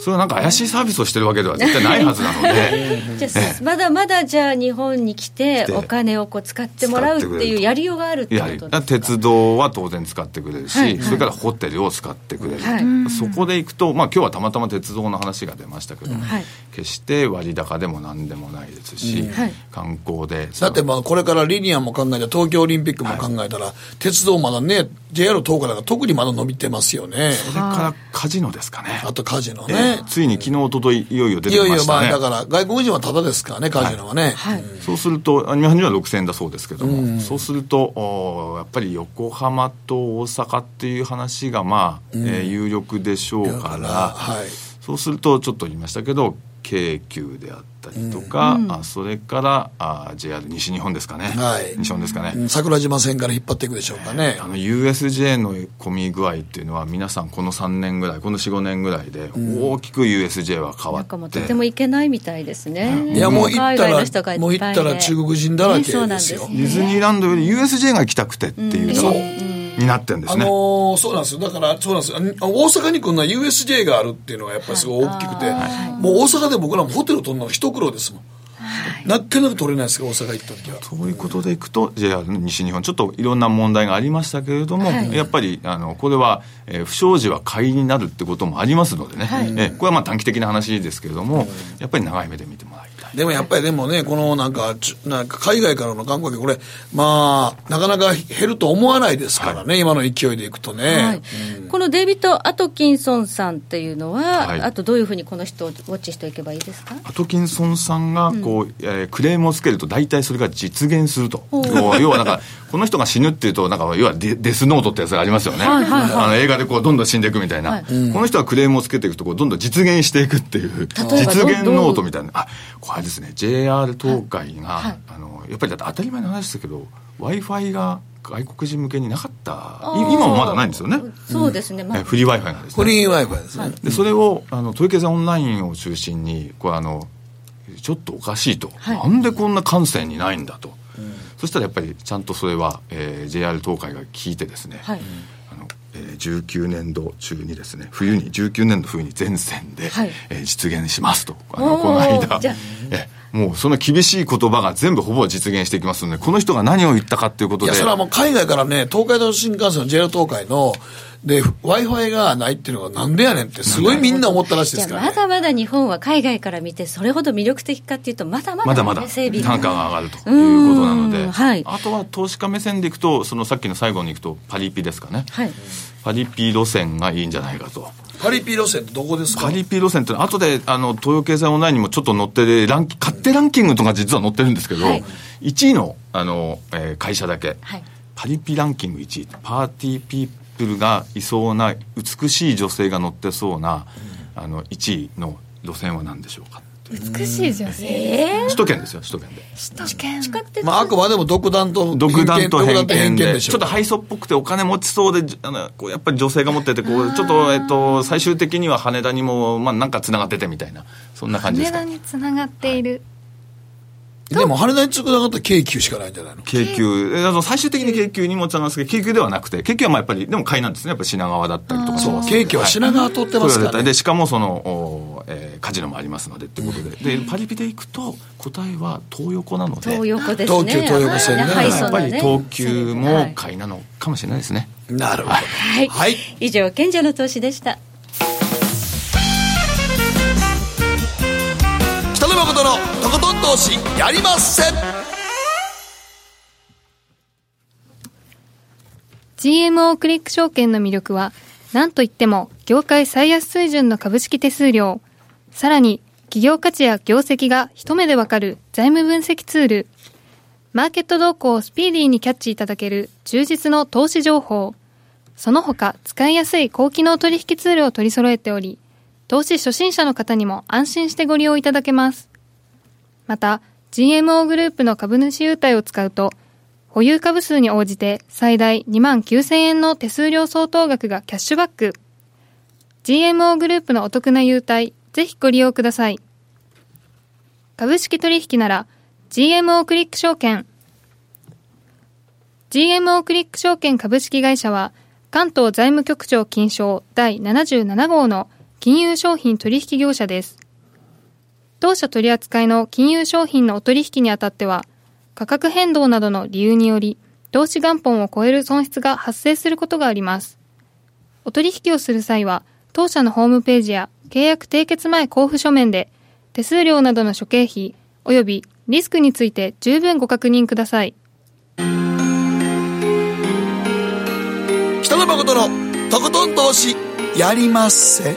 それはなんか怪しいサービスをしてるわけでは絶対ないはずなのでじゃあまだまだじゃあ日本に来てお金をこう使ってもらうっていうやりようがあるってことですか。 鉄道は当然使ってくれるし、はいはい、それからホテルを使ってくれる、はい、そこで行くと、まあ、今日はたまたま鉄道の話が出ましたけど、はい、決して割高でも何でもないですし、はい、観光でだってまあこれからリニアも考えたら東京オリンピックも考えたら、はい、鉄道まだね ジェイアール 東海が特にまだ伸びてますよね。 それからカジノですかね。 あとカジノね、 えー、ついに昨日おとといいよいよ出てきましたね。 いよいよまあだから外国人はタダですからねカジノはね、 はいはい、 そうすると日本人はろくせんえんだそうですけども、うん、そうするとやっぱり横浜と大阪っていう話がまあ、うんえー、有力でしょうから、はい、そうするとちょっと言いましたけど京急であったりとか、うん、あそれからあ ジェイアール 西日本ですかね、はい、西日本ですかね、 うん、桜島線から引っ張っていくでしょうかね。 あの ユーエスジェー の混み具合っていうのは皆さんこのさんねんぐらいこの よん,ご 年ぐらいで大きく ユーエスジェー は変わって、うん、なんかもうとても行けないみたいですね、 うん、いやもう行ったらもう行ったら中国人だらけですよ、ね、 ですね、 ディズニーランドより ユーエスジェー が行きたくてっていうのが、うんになってるんですね。 あのー、そうなんですよ。だからそうなんですよ。大阪に来るのは ユーエスジェー があるっていうのがやっぱりすごい大きくて、はい、もう大阪で僕らもホテル取るのが一苦労ですもん。はい、なかなか取れないですけど大阪行った時は。 そういうことでいくと ジェイアール の西日本ちょっといろんな問題がありましたけれども、はい、やっぱりあのこれは、えー、不祥事は買いになるってこともありますのでね、はい、えー、これはまあ短期的な話ですけれども、うん、やっぱり長い目で見てもらいたい。 でもやっぱりでもねこのなんかなんか海外からの観光客これまあなかなか減ると思わないですからね、はい、今の勢いでいくとね、はいうん、このデイビッド・アトキンソンさんっていうのは、はい、あとどういうふうにこの人をウォッチしていけばいいですか。 アトキンソンさんがこう、うんえー、クレームをつけると大体それが実現すると要はなんかこの人が死ぬっていうとなんか要は デ, デスノートってやつがありますよね、はいはいはい、あの映画でこうどんどん死んでいくみたいな、はい、この人がクレームをつけていくとこうどんどん実現していくっていう実現ノートみたいな。あこれですね ジェイアール 東海が、はいはい、あのやっぱりだって当たり前の話ですけど Wi-Fi が外国人向けになかった今もまだないんですよね。 そうですね、 まあ、フリー Wi-Fi がですねフリー Wi-Fi ですね、はい、 でそれをあの東京経済オンラインを中心にこれあのちょっとおかしいと、はい、なんでこんな艦船にないんだと、うん、そしたらやっぱりちゃんとそれは、えー、ジェイアール 東海が聞いてですね、はいあのえー、じゅうきゅうねんど中にですね冬にじゅうきゅうねんど冬に全線で、はいえー、実現しますとあのこの間えもうその厳しい言葉が全部ほぼ実現していきますのでこの人が何を言ったかということで。 いやそれはもう海外からね東海道新幹線の ジェイアール 東海ので Wi-Fi がないっていうのがなんでやねんってすごいみんな思ったらしいですからね。 じゃあまだまだ日本は海外から見てそれほど魅力的かっていうとまだまだ、ね、 まだまだ整備単価が上がるということなので、はい、あとは投資家目線でいくとそのさっきの最後にいくとパリピですかね、はい、パリピ路線がいいんじゃないかと。 パリピ路線ってどこですか。 パリピ路線って後であの東洋経済オンラインにもちょっと載ってるランキ勝手ランキングとか実は載ってるんですけど、はい、いちいの、あの、えー、会社だけ、はい、パリピランキングいちいパーティーピープルがいそうな美しい女性が乗ってそうな、うん、あのいちいの路線は何でしょうか。 美しい女性、えー、首都圏ですよ首都圏で首都圏近くて、 まあ、あくまでも独断と独断と偏見でちょっとハイソっぽくてお金持ちそうであのこうやっぱり女性が持っててこうちょっと、えっと、最終的には羽田にも、まあ、なんかつながっててみたいなそんな感じですか。 羽田につながっている、はいでも羽田につながったら京急しかないんじゃないの。 京急あの最終的に京急にもつながるんですけど京急ではなくて京急はまあやっぱりでも買いなんですねやっぱり品川だったりとかそう京急は品川通ってますからね、 はい、でしかもその、えー、カジノもありますのでっていうことで、うん、でパリピで行くと答えは東横なので東横ですね東急東横線ね、 はい、やっぱり東急も買いなのかもしれないですね、 はい、なるほど、 はいはい、以上賢者の投資でした。 北野誠のとことん投資やりません。 ジーエムオー クリック証券の魅力は何といっても業界最安水準の株式手数料、さらに企業価値や業績が一目でわかる財務分析ツール、マーケット動向をスピーディーにキャッチいただける充実の投資情報、その他使いやすい高機能取引ツールを取り揃えており投資初心者の方にも安心してご利用いただけます。また ジーエムオー グループの株主優待を使うと保有株数に応じて最大にまんきゅうせんえんの手数料相当額がキャッシュバック。 ジーエムオー グループのお得な優待ぜひご利用ください。株式取引なら ジーエムオー クリック証券。 ジーエムオー クリック証券株式会社は関東財務局長金賞だいななじゅうななごうの金融商品取引業者です。当社取扱いの金融商品のお取引にあたっては、価格変動などの理由により、投資元本を超える損失が発生することがあります。お取引をする際は、当社のホームページや契約締結前交付書面で、手数料などの諸経費及びリスクについて十分ご確認ください。 北野誠のとことん投資やりまっせ。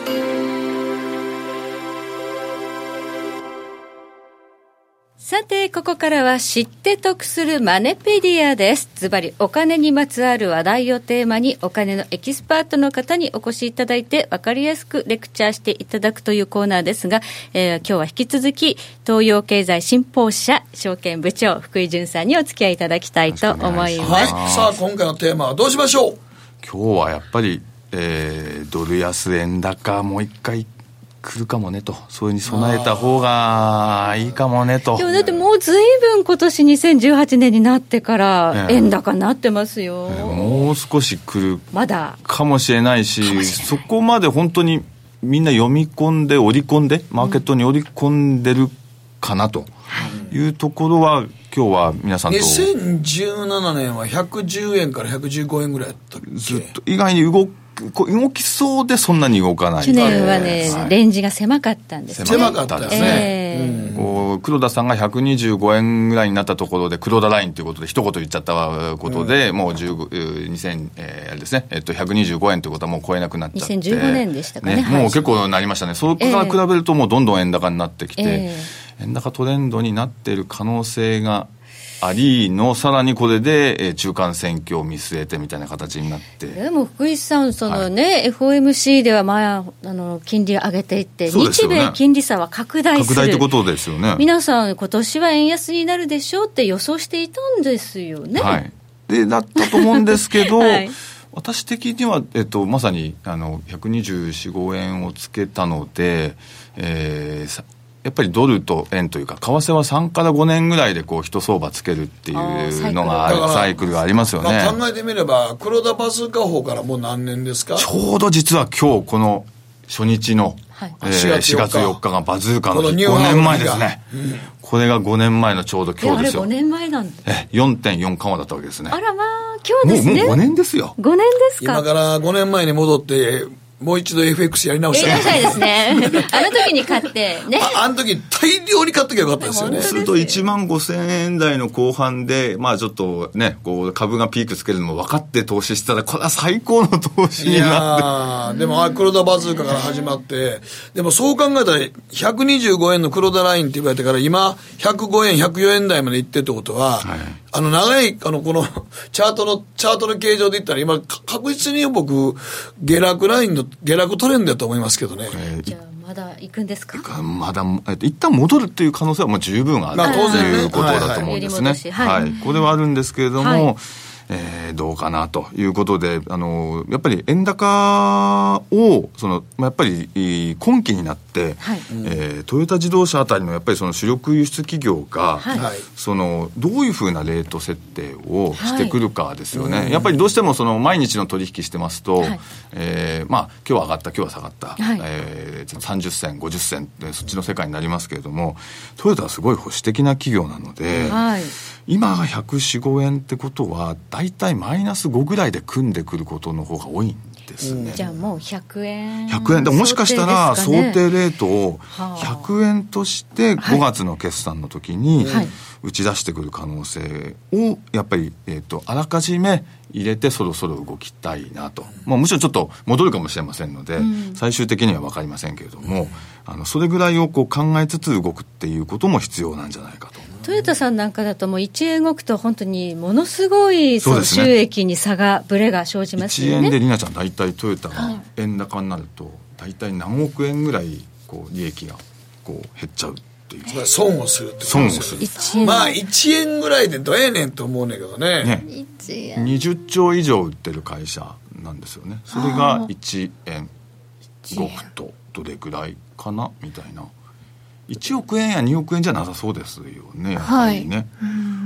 さて、ここからは知って得するマネペディアです。ズバリお金にまつわる話題をテーマにお金のエキスパートの方にお越しいただいて分かりやすくレクチャーしていただくというコーナーですが、えー、今日は引き続き東洋経済新報社証券部長福井潤さんにお付き合いいただきたいと思います。 はい、さあ今回のテーマはどうしましょう。 今日はやっぱり、えー、ドル安円高もう一回来るかもねと、それに備えた方がいいかもねと。 でもだってもうずいぶん今年にせんじゅうはちねんになってから円高になってますよ、 えー、もう少し来るまだかもしれないし、 れないそこまで本当にみんな読み込んで織り込んでマーケットに織り込んでるかなというところは、今日は皆さんと。 にせんじゅうななねんはひゃくじゅうえんからひゃくじゅうごえんぐらいだったっけ。 ずっと意外に動く動きそうでそんなに動かない。 去年はね、はい、レンジが狭かったんですね。 狭かったですね、 えーうん、こう黒田さんがひゃくにじゅうごえんぐらいになったところで黒田ラインということで一言言っちゃったことで、うん、もうじゅうにせん、えー、あれですね、えっと、ひゃくにじゅうごえんということはもう超えなくなっちゃって、 にせんじゅうごねんでしたかね、 ね、もう結構なりましたね。そこから比べるともうどんどん円高になってきて、えー、円高トレンドになっている可能性がありの、さらにこれで、えー、中間選挙を見据えてみたいな形になって。 でも福井さんその、ね、はい、エフオーエムシー では、まあ、あの金利を上げていって、ね、日米金利差は拡大する、 拡大ってことですよね。 皆さん今年は円安になるでしょうって予想していたんですよね。 はい、でだったと思うんですけど、 はい、 私的には、えっと、まさにあのひゃくにじゅうよん、ごえんをつけたので、えーやっぱりドルと円というか為替はさんからごねんぐらいでこう一相場つけるっていうのがあるサイクルがありますよね、 まあ、考えてみれば黒田バズーカ法からもう何年ですか。 ちょうど実は今日この初日の、はい、えー、しがつよっかがバズーカの日ごねんまえですね、うん、これがごねんまえのちょうど今日ですよ。 あれごねんまえなんだ。 よんてんよん 緩和だったわけですね。 あらまあ今日ですね。 もう、もうごねんですよ。 ごねんですか。 今からごねんまえに戻ってもう一度 エフエックス やり直したやりたいですねあの時に買ってね、 あ, あの時大量に買っときゃよかったですよね。 するといちまんごせんえん台の後半で、まあちょっとね、こう株がピークつけるのも分かって投資したら、これは最高の投資になって。 いやでも黒田バズーカから始まって、でもそう考えたらひゃくにじゅうごえんの黒田ラインって言われてから今ひゃくごえんひゃくよえん台まで行ってってことは、はい、あの長いあのこのチャートのチャートの形状で言ったら今確実に僕下落ラインの下落トレンドだと思いますけどね、 えー、じゃあまだ行くんですか。 まだ、えっと、一旦戻るっていう可能性はもう十分ある、まあ、当然、ね、ということだと思うんですね。はい、はいはい、これはあるんですけれども、はい、えー、どうかなということで、あのやっぱり円高をその、まあ、やっぱり今期になって、はい、えー、トヨタ自動車あたりのやっぱりその主力輸出企業が、はい、そのどういうふうなレート設定をしてくるかですよね、はい、やっぱりどうしてもその毎日の取引してますと、はい、えー、まあ、今日は上がった今日は下がった、はい、えー、さんじゅっせんごじゅっせんってそっちの世界になりますけれども、トヨタはすごい保守的な企業なので、はい、今がひゃくよん、ごえんってことはだいたいマイナスごぐらいで組んでくることの方が多いんですね、うん、 じゃあもうひゃくえんひゃくえんでもしかしたら想定レートをひゃくえんとしてごがつの決算の時に打ち出してくる可能性をやっぱり、えーと、あらかじめ入れてそろそろ動きたいなと、まあ、もちろんちょっと戻るかもしれませんので、うん、最終的には分かりませんけれども、うん、あのそれぐらいをこう考えつつ動くっていうことも必要なんじゃないかと。 トヨタさんなんかだともういちえん動くと本当にものすごいその収益に差がブレが生じますよね。 いちえんでりなちゃん大体トヨタが円高になると大体何億円ぐらいこう利益がこう減っちゃうっていう、 損をするって損をするいちえん、 まあいちえんぐららいでどうやねんと思うねんけど ね, ねいちえんにじゅっちょう以上売ってる会社なんですよね。それがいちえん動くとどれぐらいかなみたいな。いちおくえんやにおくえんじゃなさそうですよね、やっぱりね、はい、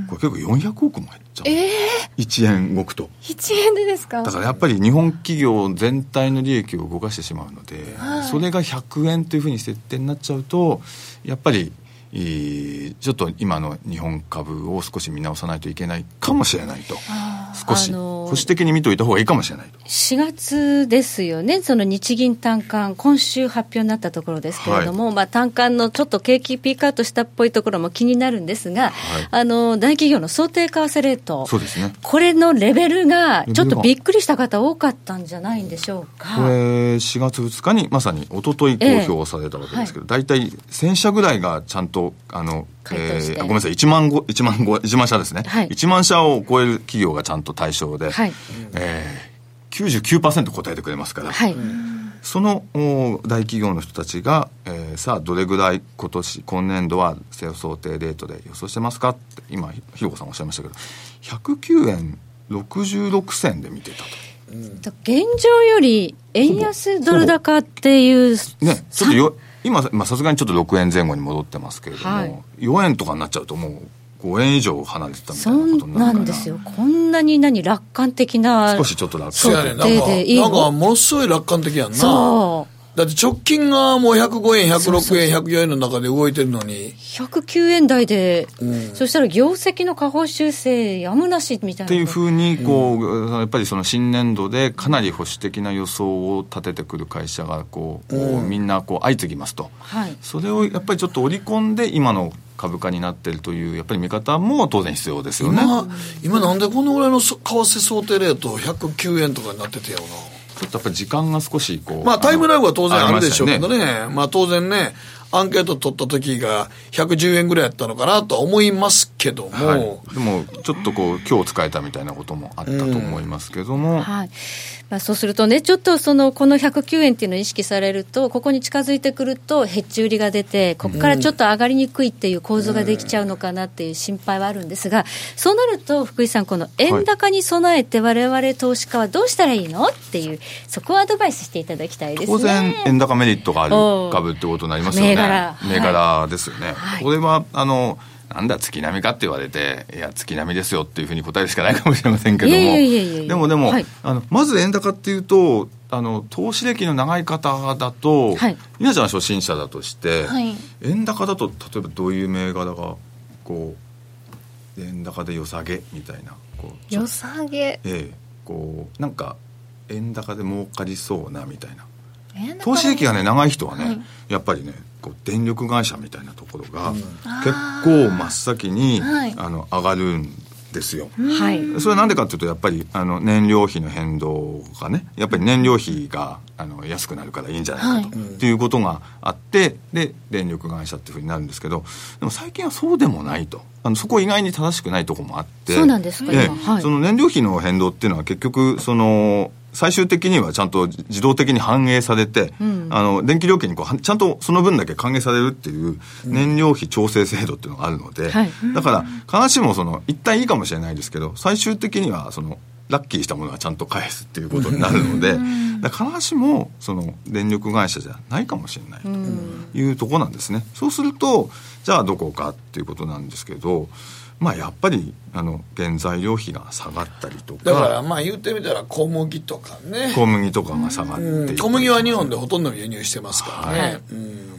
これ結構よんひゃくおくも入っちゃう、えー、いちえん動くといちえんでですか。 だからやっぱり日本企業全体の利益を動かしてしまうので、はい、それがひゃくえんというふうに設定になっちゃうとやっぱりちょっと今の日本株を少し見直さないといけないかもしれないと、少し保守的に見といた方がいいかもしれないと。 しがつですよね、その日銀短観今週発表になったところですけれども、はい、まあ、短観のちょっと景気ピークアウトしたっぽいところも気になるんですが、はい、あの大企業の想定為替レート、 そうですね、 これのレベルがちょっとびっくりした方多かったんじゃないんでしょうか。 これしがつふつかにまさに一昨日公表されたわけですけど、大体、えーはい、せんしゃぐらいがちゃんとあのえー、ごめんなさいいちまんいちまんいちまん社ですね、はい、いちまん社を超える企業がちゃんと対象で、はい、えー、きゅうじゅうきゅうパーセント 答えてくれますから、はい、その大企業の人たちが、えー、さあどれぐらい今年今年度は想定レートで予想してますかって今ひろこさんおっしゃいましたけどひゃくきゅうえんろくじゅうろくせんで見てたと、 うん、現状より円安ドル高っていうね、ちょっとよ今さすがにちょっとろくえんぜん後に戻ってますけれども、はい、よえんとかになっちゃうともうごえん以上離れてたみたいなことになるから。 そうなんですよ。こんなに何楽観的な少しちょっと楽観的でいいの。なんかものすごい楽観的やんな。そうだって直近がもうひゃくごえんひゃくろくえんひゃくよえんの中で動いてるのにひゃくきゅうえん台で、うん、そしたら業績の下方修正やむなしみたいなっていうふうにこう、うん、やっぱりその新年度でかなり保守的な予想を立ててくる会社がこう、うん、みんなこう相次ぎますと、はい、それをやっぱりちょっと織り込んで今の株価になっているというやっぱり見方も当然必要ですよね。 今, 今なんでこのぐらいの為替想定レートひゃくきゅうえんとかになっててやろうな。 ちょっとやっぱり時間が少しこうまあタイムラグは当然あるでしょうけど ね, ねまあ当然ねアンケート取った時がひゃくじゅうえんぐらいやったのかなとは思いますけども、はい、 でもちょっとこう今日使えたみたいなこともあったと思いますけども、うんはい、まあ、そうするとねちょっとそのこのひゃくきゅうえんっていうのを意識されるとここに近づいてくるとヘッジ売りが出てここからちょっと上がりにくいっていう構造ができちゃうのかなっていう心配はあるんですが、そうなると福井さんこの円高に備えて我々投資家はどうしたらいいのっていうそこをアドバイスしていただきたいですね。 当然円高メリットがある株ってことになりますよね。銘柄、銘柄ですよね、はい、これはあのなんだ月並みかって言われていや月並みですよっていうふうに答えるしかないかもしれませんけども、でもでも、はい、あのまず円高っていうとあの投資歴の長い方だと、はい、皆さんは初心者だとして、はい、円高だと例えばどういう銘柄がこう円高で良さげみたいなこう良さげ、 ええ、こうなんか円高で儲かりそうなみたいな投資歴がね長い人はね、はい、やっぱりねこう電力会社みたいなところが、うん、結構真っ先に、はい、あの上がるんですよ、はい、それはなんでかっていうとやっぱりあの燃料費の変動がねやっぱり燃料費があの安くなるからいいんじゃないかと、はい、っていうことがあってで電力会社っていうふうになるんですけどでも最近はそうでもないとあのそこ意外に正しくないところもあってそうなんですか今、はい、 その燃料費の変動っていうのは結局その最終的にはちゃんと自動的に反映されて、うん、あの電気料金にこうちゃんとその分だけ還元されるっていう燃料費調整制度っていうのがあるので、うん、だから必ずしもその一旦いいかもしれないですけど最終的にはそのラッキーしたものはちゃんと返すっていうことになるので、うん、だから必ずしもその電力会社じゃないかもしれないというところなんですね、うん、そうするとじゃあどこかっていうことなんですけどまあ、やっぱりあの原材料費が下がったりとかだからまあ言ってみたら小麦とかね小麦とかが下がっていったり、うん、 小麦は日本でほとんど輸入してますからね、はいうん、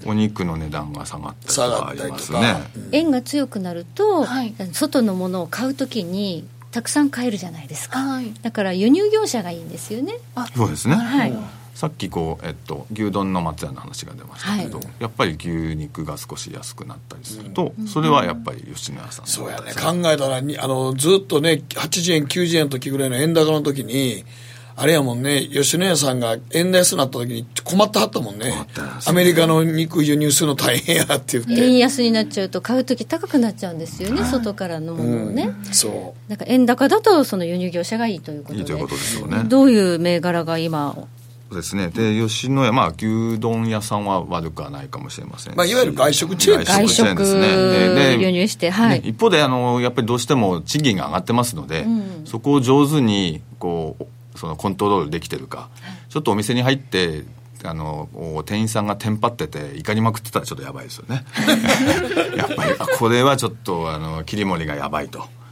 お肉の値段が下がったりとかありますね、 うん、円が強くなると、はい、外のものを買うときにたくさん買えるじゃないですか、はい、だから輸入業者がいいんですよね。 あそうですね、はいさっきこう、えっと、牛丼の松屋の話が出ましたけど、はい、やっぱり牛肉が少し安くなったりすると、うん、それはやっぱり吉野家さんそうやね考えたらにあのずっとねはちじゅうえんきゅうじゅうえんの時ぐらいの円高の時にあれやもんね吉野家さんが円安になった時に困ってはったもんねアメリカの肉輸入するの大変やって言って円安になっちゃうと買う時高くなっちゃうんですよね、はい、外からのものをね、うん、そうだから円高だとその輸入業者がいいということでいいということですよね。 どういう銘柄が今ですね、で吉野家、まあ、牛丼屋さんは悪くはないかもしれませんし、 まあ、いわゆる外食チェーン外食ですねでで輸入して、はい、 ね、一方であのやっぱりどうしても賃金が上がってますので、うん、そこを上手にこうそのコントロールできてるか、ちょっとお店に入ってあの店員さんがテンパってて怒りまくってたらちょっとやばいですよねやっぱりこれはちょっとあの切り盛りがやばいと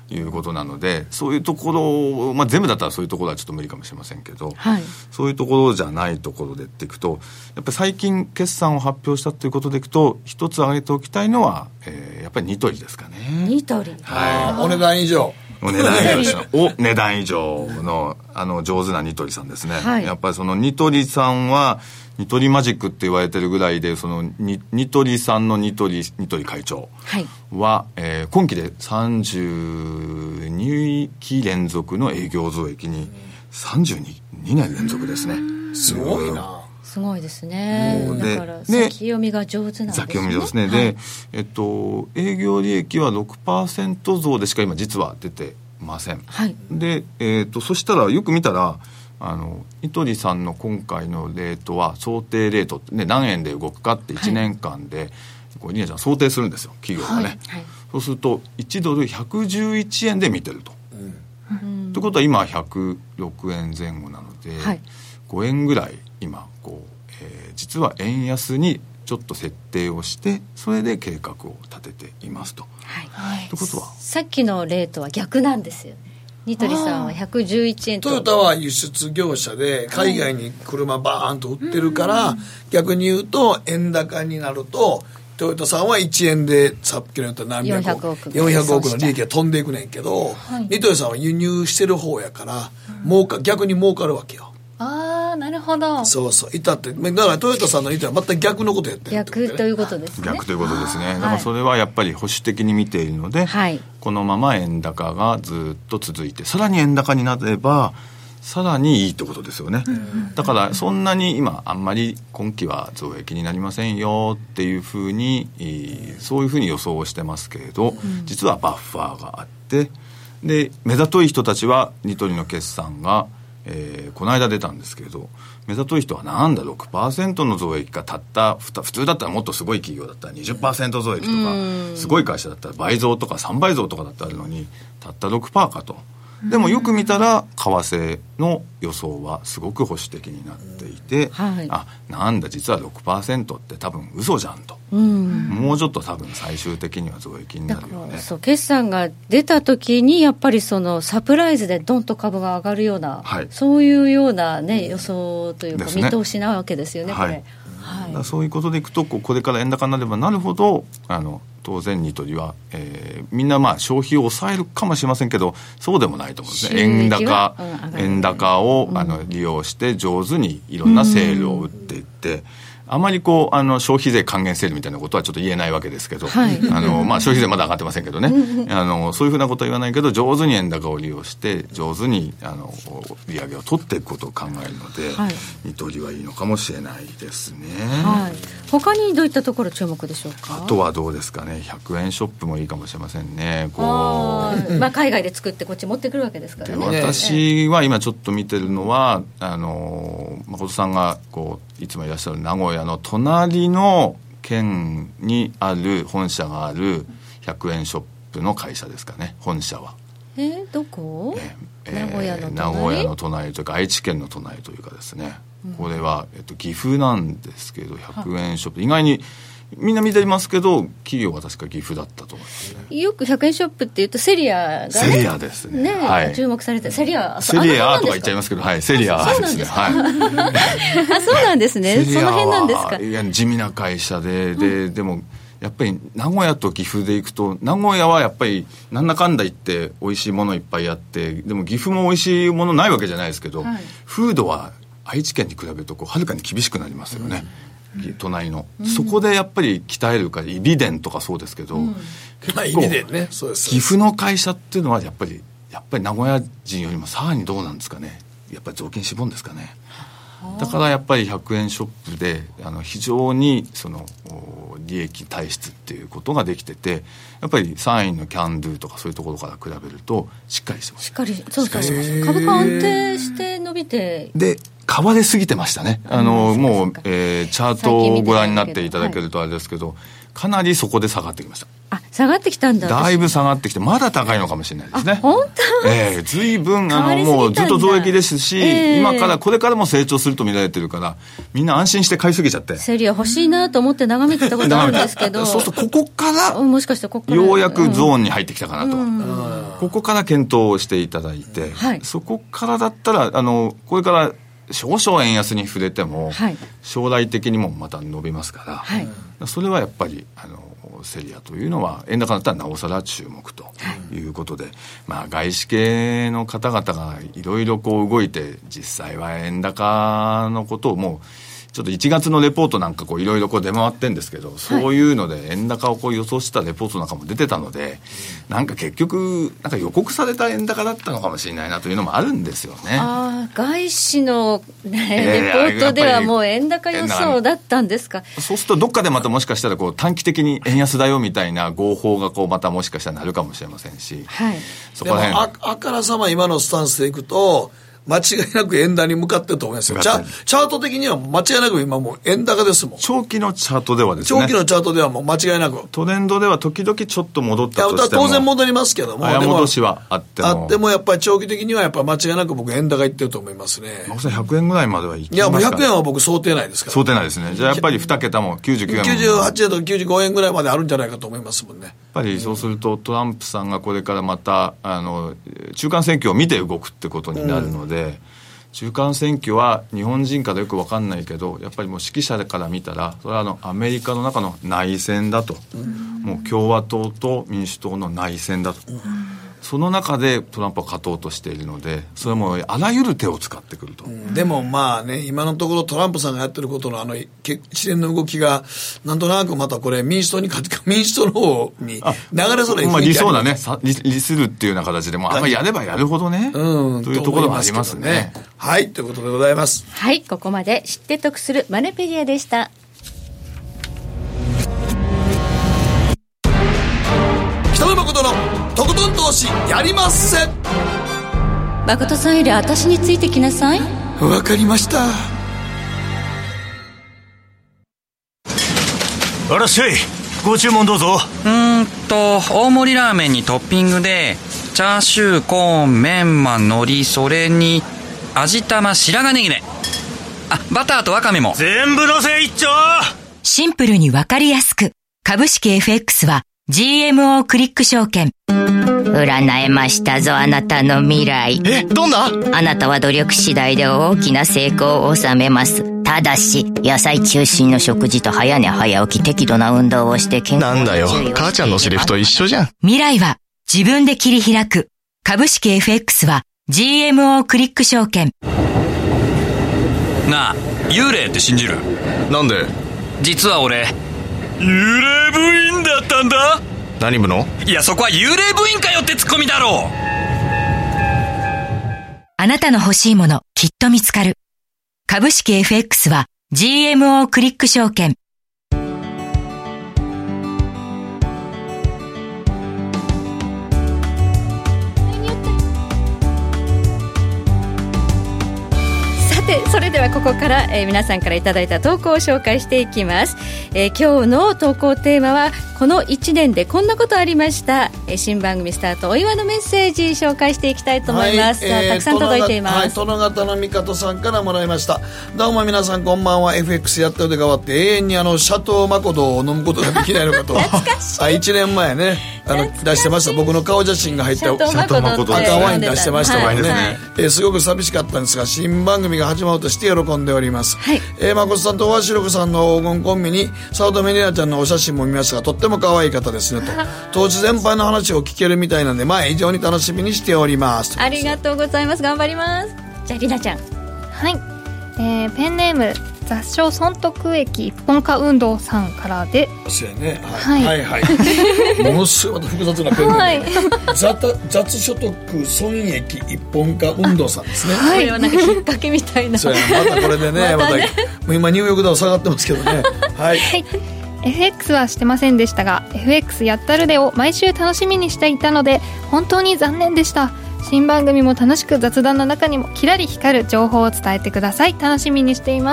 いうことなので、そういうところ、まあ、全部だったらそういうところはちょっと無理かもしれませんけど、はい、そういうところじゃないところでっていくと、やっぱり最近決算を発表したということでいくと、一つ挙げておきたいのは、えー、やっぱりニトリですかね。 ニトリ、 はい、お値段以上お値段以上お値段以上のあの上手なニトリさんですね、はい、やっぱりそのニトリさんはニトリマジックって言われてるぐらいで、その ニ, ニトリさんのニトリニトリ会長は、はい、えー、今期でさんじゅうにき連続の営業増益にさんじゅうにねん連続ですね。 すごいな。 すごいですね。だから先読みが上手なんですね。 先読み上手ですね、はい、で、えっと、営業利益は ろくパーセント 増でしか今実は出てません、はい、で、えー、っとそしたらよく見たら、あのニトリさんの今回のレートは想定レートって、ね、何円で動くかっていちねんかんで、はい、こうリナちゃん想定するんですよ、企業がね、はいはい、そうするといちドルひゃくじゅういちえんで見てると、うん、ということは今ひゃくろくえんぜん後なので、はい、ごえんぐらい今こう、えー、実は円安にちょっと設定をして、それで計画を立てていますと、はい、ということはさっきのレートは逆なんですよ。ニトリさんはひゃくじゅういちえんと、 トヨタは輸出業者で海外に車バーンと売ってるから、はい、逆に言うと円高になるとトヨタさんはいちえんでさっきの言った何百億よんひゃくおくの利益が飛んでいくねんけど、はい、ニトリさんは輸入してる方やから、うん、儲か逆に儲かるわけよ。 ああ、なるほど。 そうそう、いたって、だからトヨタさんの言ったら全く逆のことやってる、ね、 逆ということですね。 逆ということですね。だからそれはやっぱり保守的に見ているので、はい、このまま円高がずっと続いて、さらに円高になればさらにいいってことですよね、うん、だからそんなに今あんまり今期は増益になりませんよっていうふうに、そういうふうに予想をしてますけれど、うん、実はバッファーがあって、で目ざとい人たちはニトリの決算がえー、この間出たんですけれど、目ざとい人はなんだ ろくパーセント の増益がたった普通だったらもっとすごい企業だったら にじゅっパーセント 増益とか、すごい会社だったら倍増とかさんばい増とかだってあるのに、たった ろくパーセント かと。でもよく見たら為替の予想はすごく保守的になっていて、はい、あ、なんだ実は ろくパーセント って多分嘘じゃんと、うん、もうちょっと多分最終的には増益になるよね。 そう、決算が出た時にやっぱりそのサプライズでドンと株が上がるような、はい、そういうような、ね、予想というか見通しなわけですよね、これ、はいはい、 だそういうことでいくと、これから円高になればなるほど、あの当然ニトリは、えー、みんなまあ消費を抑えるかもしれませんけど、そうでもないと思うんですね。円高、うん、円高を、うん、あの利用して上手にいろんなセールを打っていって、うん、あまりこうあの消費税還元セールみたいなことはちょっと言えないわけですけど、はい、あのまあ、消費税まだ上がってませんけどねあのそういうふうなことは言わないけど、上手に円高を利用して上手にあの利上げを取っていくことを考えるので、はい、ニトリはいいのかもしれないですね、 はい、他にどういったところ注目でしょうか。 あとはどうですかね、ひゃくえんショップもいいかもしれませんね。こうあ、まあ、海外で作ってこっち持ってくるわけですからね。 で私は今ちょっと見てるのは、あの誠さんがこういつもいらっしゃる名古屋の隣の県にある本社があるひゃくえんショップの会社ですかね、本社は。 えー、どこ、えー、 名古屋の隣、名古屋の隣というか愛知県の隣というかですね、うん、これは、えっと、岐阜なんですけどひゃくえんショップ、意外にみんな見てますけど企業は確か岐阜だったと思いますね。 よくひゃくえんショップっていうとセリアがね、 セリアですね、 ね、 はい、 注目されて、セリアセリアとか言っちゃいますけど、はい、セリアですね、はい、 あ、そうなんですね、その辺なんですか。 いや地味な会社で、で、うん、でもやっぱり名古屋と岐阜で行くと、名古屋はやっぱりなんだかんだ言って美味しいものいっぱいあって、でも岐阜も美味しいものないわけじゃないですけど、はい、風土は愛知県に比べるとこうはるかに厳しくなりますよね、うん、隣の、うん、そこでやっぱり鍛えるか、イビデンとかそうですけど、うん、 結構イビデンね、そうです。 岐阜の会社っていうのはやっぱりやっぱり名古屋人よりもさらにどうなんですかね、やっぱり雑巾絞るんですかね。だからやっぱりひゃくえんショップであの非常にその利益体質っていうことができてて、やっぱりさんいのキャンドゥとかそういうところから比べるとしっかりしてます。 しっかり、そうそうそう、株価安定して伸びて、 で買われすぎてましたね。あのもう、えー、チャートをご覧になっていただけるとあれですけど、はい、 かなりそこで下がってきました。 あ、下がってきたんだ。 だいぶ下がってきて、まだ高いのかもしれないですね。 本当？ ええー、随分あのもうずっと増益ですし、えー、今からこれからも成長すると見られてるから、みんな安心して買いすぎちゃって。 セリア欲しいなと思って眺めてたことあるんですけど、 そうするとここからもしかしてここからようやくゾーンに入ってきたかなと、うん、ここから検討していただいて、はい、そこからだったらあのこれから少々円安に触れても、はい、将来的にもまた伸びますから、はい、それはやっぱりあのセリアというのは円高だったらなおさら注目ということで、はい、まあ、外資系の方々がいろいろこう動いて、実際は円高のことをもうちょっといちがつのレポートなんかこういろいろこう出回ってるんですけど、そういうので円高をこう予想したレポートなんかも出てたので、なんか結局なんか予告された円高だったのかもしれないなというのもあるんですよね。 あ、外資の、ね、レポートではもう円高予想だったんですか。 そうするとどっかでまたもしかしたらこう短期的に円安だよみたいな合法がこうまたもしかしたらなるかもしれませんし、はい、そこら辺でも あ, あからさま今のスタンスでいくと間違いなく円高に向かってると思いますよ。チ ャ, チャート的には間違いなく今もう円高ですもん。 長期のチャートではですね。 長期のチャートではもう間違いなく。 トレンドでは時々ちょっと戻ったとしても。 当然戻りますけども。 早戻しはあっても。 あってもやっぱり長期的にはやっぱり間違いなく僕円高いってると思いますね。 まさにひゃくえんぐらいまではいきますか。 いやもうひゃくえんは僕想定内ですから。 想定内ですね。じゃあやっぱりに桁もきゅうじゅうきゅうえんも。 きゅうじゅうはちえんとかきゅうじゅうごえんぐらいまであるんじゃないかと思いますもんね。 やっぱりそうするとトランプさんがこれからまたあの中間選挙を見て動くってことになるので、うん、中間選挙は日本人からよく分かんないけど、やっぱりもう指揮者から見たらそれはあのアメリカの中の内戦だと、うん、もう共和党と民主党の内戦だと、うん、その中でトランプは勝とうとしているので、それはもうあらゆる手を使ってくると、うん、 でもまあね、今のところトランプさんがやってることのあの一連の動きがなんとなくまたこれ民主党に民主党の方に流れそうな雰囲気あります。 まあ、理想だね、利するっていうような形でもあんまりやればやるほどね、うん、というところもありますね。 はい、ということでございます。 はい、ここまで知って得するマネペディアでした。 北野誠のとことん投資やりまっせ。 誠さんより私についてきなさい。 わかりました。 あらっしゃい、ご注文どうぞ。 うーんと大盛りラーメンにトッピングでチャーシュー、コーン、メンマ、海苔、それに味玉、白髪ネギね。あ、バターとワカメも全部のせ一丁。 シンプルにわかりやすく、株式 エフエックス は ジーエムオー クリック証券。 占えましたぞ、あなたの未来。 え、どんな？ あなたは努力次第で大きな成功を収めます。ただし野菜中心の食事と早寝早起き、適度な運動をして健康なんだよ、母ちゃんのセリフと一緒じゃん。 未来は自分で切り開く。株式 エフエックス は ジーエムオー クリック証券。 なあ、幽霊って信じる？ なんで？ 実は俺幽霊部員だったんだ。何部の？ いや、そこは幽霊部員かよってツッコミだろう。 あなたの欲しいものきっと見つかる。株式 エフエックス は ジーエムオー クリック証券。 それではここから、えー、皆さんからいただいた投稿を紹介していきます、えー、今日の投稿テーマはこのいちねんでこんなことありました、えー、新番組スタートお祝いのメッセージ紹介していきたいと思います、はい、えー、たくさん届いています。 はい、殿方の味方さんからもらいました。どうも皆さんこんばんは。 エフエックス やったようで変わって永遠にあのシャトーマコドを飲むことができないのかと懐かしい。 あ、いちねんまえね、あの出してました。僕の顔写真が入ったシャトーマコド赤ワイン出してましたもんね、はい、えー、すごく寂しかったんですが新番組が始まるとして喜んでおります、はい、えー、誠さんと大橋ろくさんの黄金コンビに早乙女里奈ちゃんのお写真も見ましたがとっても可愛い方ですねと当時全般の話を聞けるみたいなので前以上に楽しみにしております。 ありがとうございます。頑張ります。じゃあ里奈ちゃん。 はい、えー、ペンネーム雑所損得益一本化運動さんからで、 そうやね、はい、はいはいはいものすごいまた複雑なペンネーム、はい、雑, 雑所得損益一本化運動さんですね。 はい、これはなんかきっかけみたいな。 そうや、またこれでねまたね、もう今ニューヨークダウ下がってますけどねはい、はい、 エフエックス はしてませんでしたが エフエックス やったるでを毎週楽しみにしていたので本当に残念でした。新番組も楽しく雑談の中にもキラリ光る情報を伝えてください。楽しみにしています。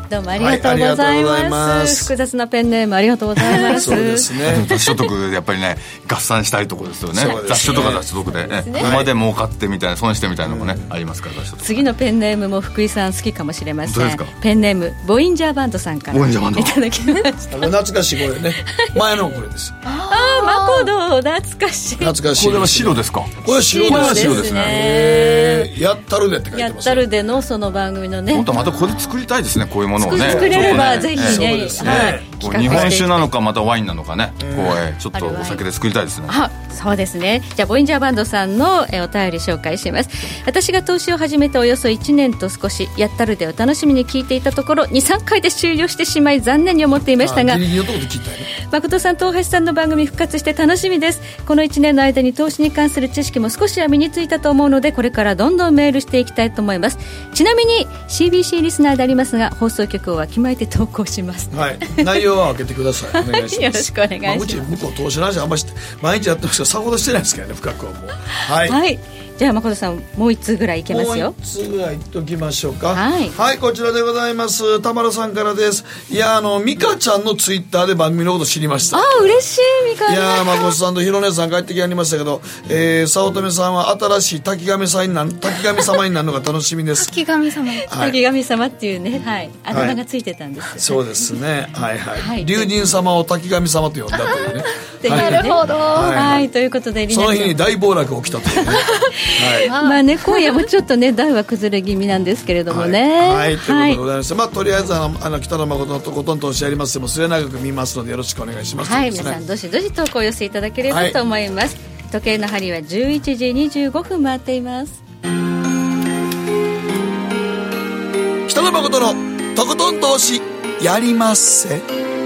どうもありがとうございます、はい、ます複雑なペンネームありがとうございますそうですね雑所得でやっぱりね合算したいところですよね。雑所とか雑所得でねここまで儲かってみたいな損してみたいなのもね、うん、ありますから。 次のペンネームも福井さん好きかもしれません。ペンネームボインジャーバンドさんからいただきました懐かしいこれね前のこれですああマコド懐かしい懐かしい。 これは白ですか。 これは白です。 白ですね、 ですねやったるでって書いてます、ね、 やったるでのその番組のね本当またこれ作りたいですねこういうものをね作れればぜひね、 ねはい、 こう日本酒なのかまたワインなのかね、うん、こう、えー、ちょっとお酒で作りたいですね。 あそうですね。じゃあボインジャーバンドさんのえお便り紹介します。私が投資を始めておよそいちねんと少しやったるでを楽しみに聞いていたところ にさんかいで終了してしまい残念に思っていましたが誠さん東橋さんの番組復活して楽しみです。このいちねんの間に投資に関する知識も少しは身についたと思うのでこれからどんどんメールしていきたいと思います。ちなみに シービーシー リスナーでありますが放送局をわきまえて投稿します、 はい、内容は開けてくださいお願いしますよろしくお願いします、まあ、 うち向こう投資の話あんまして毎日やってますけどさほどしてないですからね深くはもうはい、 はいじゃあ誠さんもう一通ぐらいいけますよ。 もう一通ぐらいいっときましょうか。 はい、 はい、こちらでございます。田丸さんからです。いやあの美香ちゃんのツイッターで番組のこと知りました。 あ嬉しい美香。 いや誠さんとひろ姉さん帰ってきはりましたけど、えー、早乙女さんは新しい滝神さんになる滝神様になるのが楽しみです。 滝神様、 はい、 滝神様っていうね、はい、あだ名がついてたんです、はい、 そうですねはいはい、はい、龍神様を滝神様と呼んだというねなるほど、 はい、はい、ということでその日に大暴落起きたというね、 はい、まあね今夜もちょっとね台は崩れ気味なんですけれどもね、 はい、はい、ということでございまして、はい、まあとりあえずあのあの北野誠のとことん投資やりますでも末永く見ますのでよろしくお願いします。 はい、皆さんどしどし投稿を寄せいただければと思います、はい、時計の針はじゅういちじにじゅうごふん回っています。 北野誠のとことん投資やりますせ。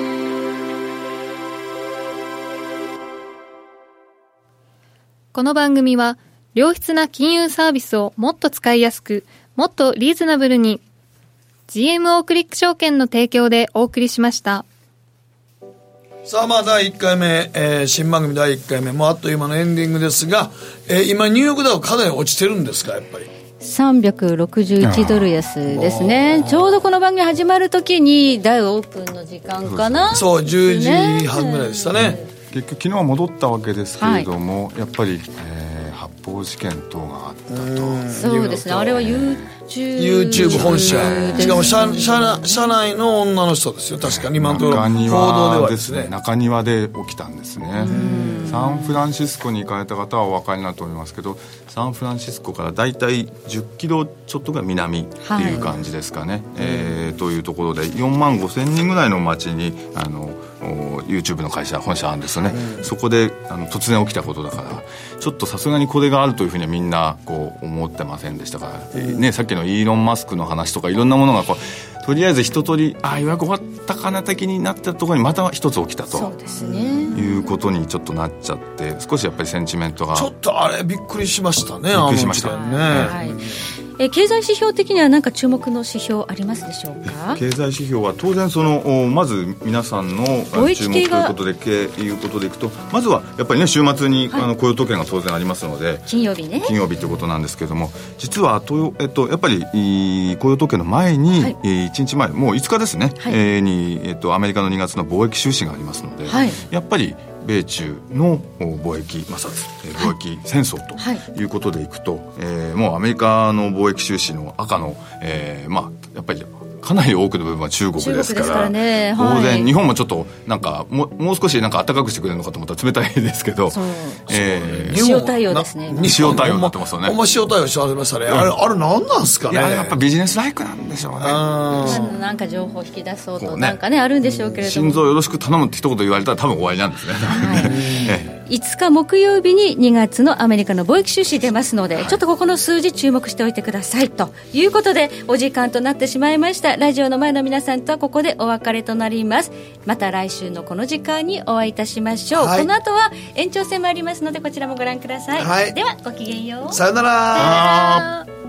この番組は良質な金融サービスをもっと使いやすくもっとリーズナブルに ジーエムオー クリック証券の提供でお送りしました。 さあまあだいいっかいめ、えー、新番組だいいっかいめもうあっという間のエンディングですが、えー、今ニューヨークダウかなり落ちてるんですか。やっぱりさんびゃくろくじゅういちドル安ですね。ちょうどこの番組始まるときにダウオープンの時間かな。 そうじゅうじはんぐらいでしたね、 うん、結局昨日は戻ったわけですけれども、はい、やっぱり、えー、発砲事件等があったと。 そうですねあれは YouTube, YouTube 本社しかも 社, 社, 社内の女の人ですよ確かに今のところ報道ではですね中庭で起きたんですね。サンフランシスコに行かれた方はお分かりになると思いますけどサンフランシスコからだいたいじゅっキロちょっとが南っていう感じですかね、はいえー、というところでよんまんごせんにんぐらいの町にあの YouTube の会社本社あるんですよね、うん、そこであの突然起きたことだからちょっとさすがにこれがあるというふうにはみんなこう思ってませんでしたから、うんえーね、さっきのイーロン・マスクの話とかいろんなものがこうとりあえず一通りああ予約終わったかな的になったところにまた一つ起きたとそうですねいうことにちょっとなっちゃって少しやっぱりセンチメントがちょっとあれびっくりしましたね。 びっくりしましたね、 はいえー、経済指標的には何か注目の指標ありますでしょうか。 経済指標は当然そのまず皆さんの注目ということでいうことでいくとまずはやっぱりね週末に、はい、あの雇用統計が当然ありますので金曜日ね金曜日ということなんですけれども実はと、えっと、やっぱり雇用統計の前に、はい、いちにちまえもういつかですね、はいえー、に、えっと、アメリカのにがつの貿易収支がありますので、はい、やっぱり米中の貿易摩擦貿易戦争ということでいくと、はいえー、もうアメリカの貿易収支の赤の、えー、まあやっぱりかなり多くの部分は中国ですから、 からねはい、当然日本もちょっとなんかもう、もう少しなんか暖かくしてくれるのかと思ったら冷たいですけどそう、 えー、塩対応ですね。 塩対応になってますよね。 ほんま塩対応してありましたね、うん、あれあれ何なんですかね。いややっぱビジネスライクなんでしょうね。 なんか情報を引き出そうとなんかねあるんでしょうけれども心臓よろしく頼むって一言言われたら多分終わりなんですね、はいええ、いつか木曜日ににがつのアメリカの貿易収支出ますので、はい、ちょっとここの数字注目しておいてくださいということでお時間となってしまいました。ラジオの前の皆さんとはここでお別れとなります。また来週のこの時間にお会いいたしましょう、はい、この後は延長戦もありますのでこちらもご覧ください、はい、ではごきげんよう。 さよなら。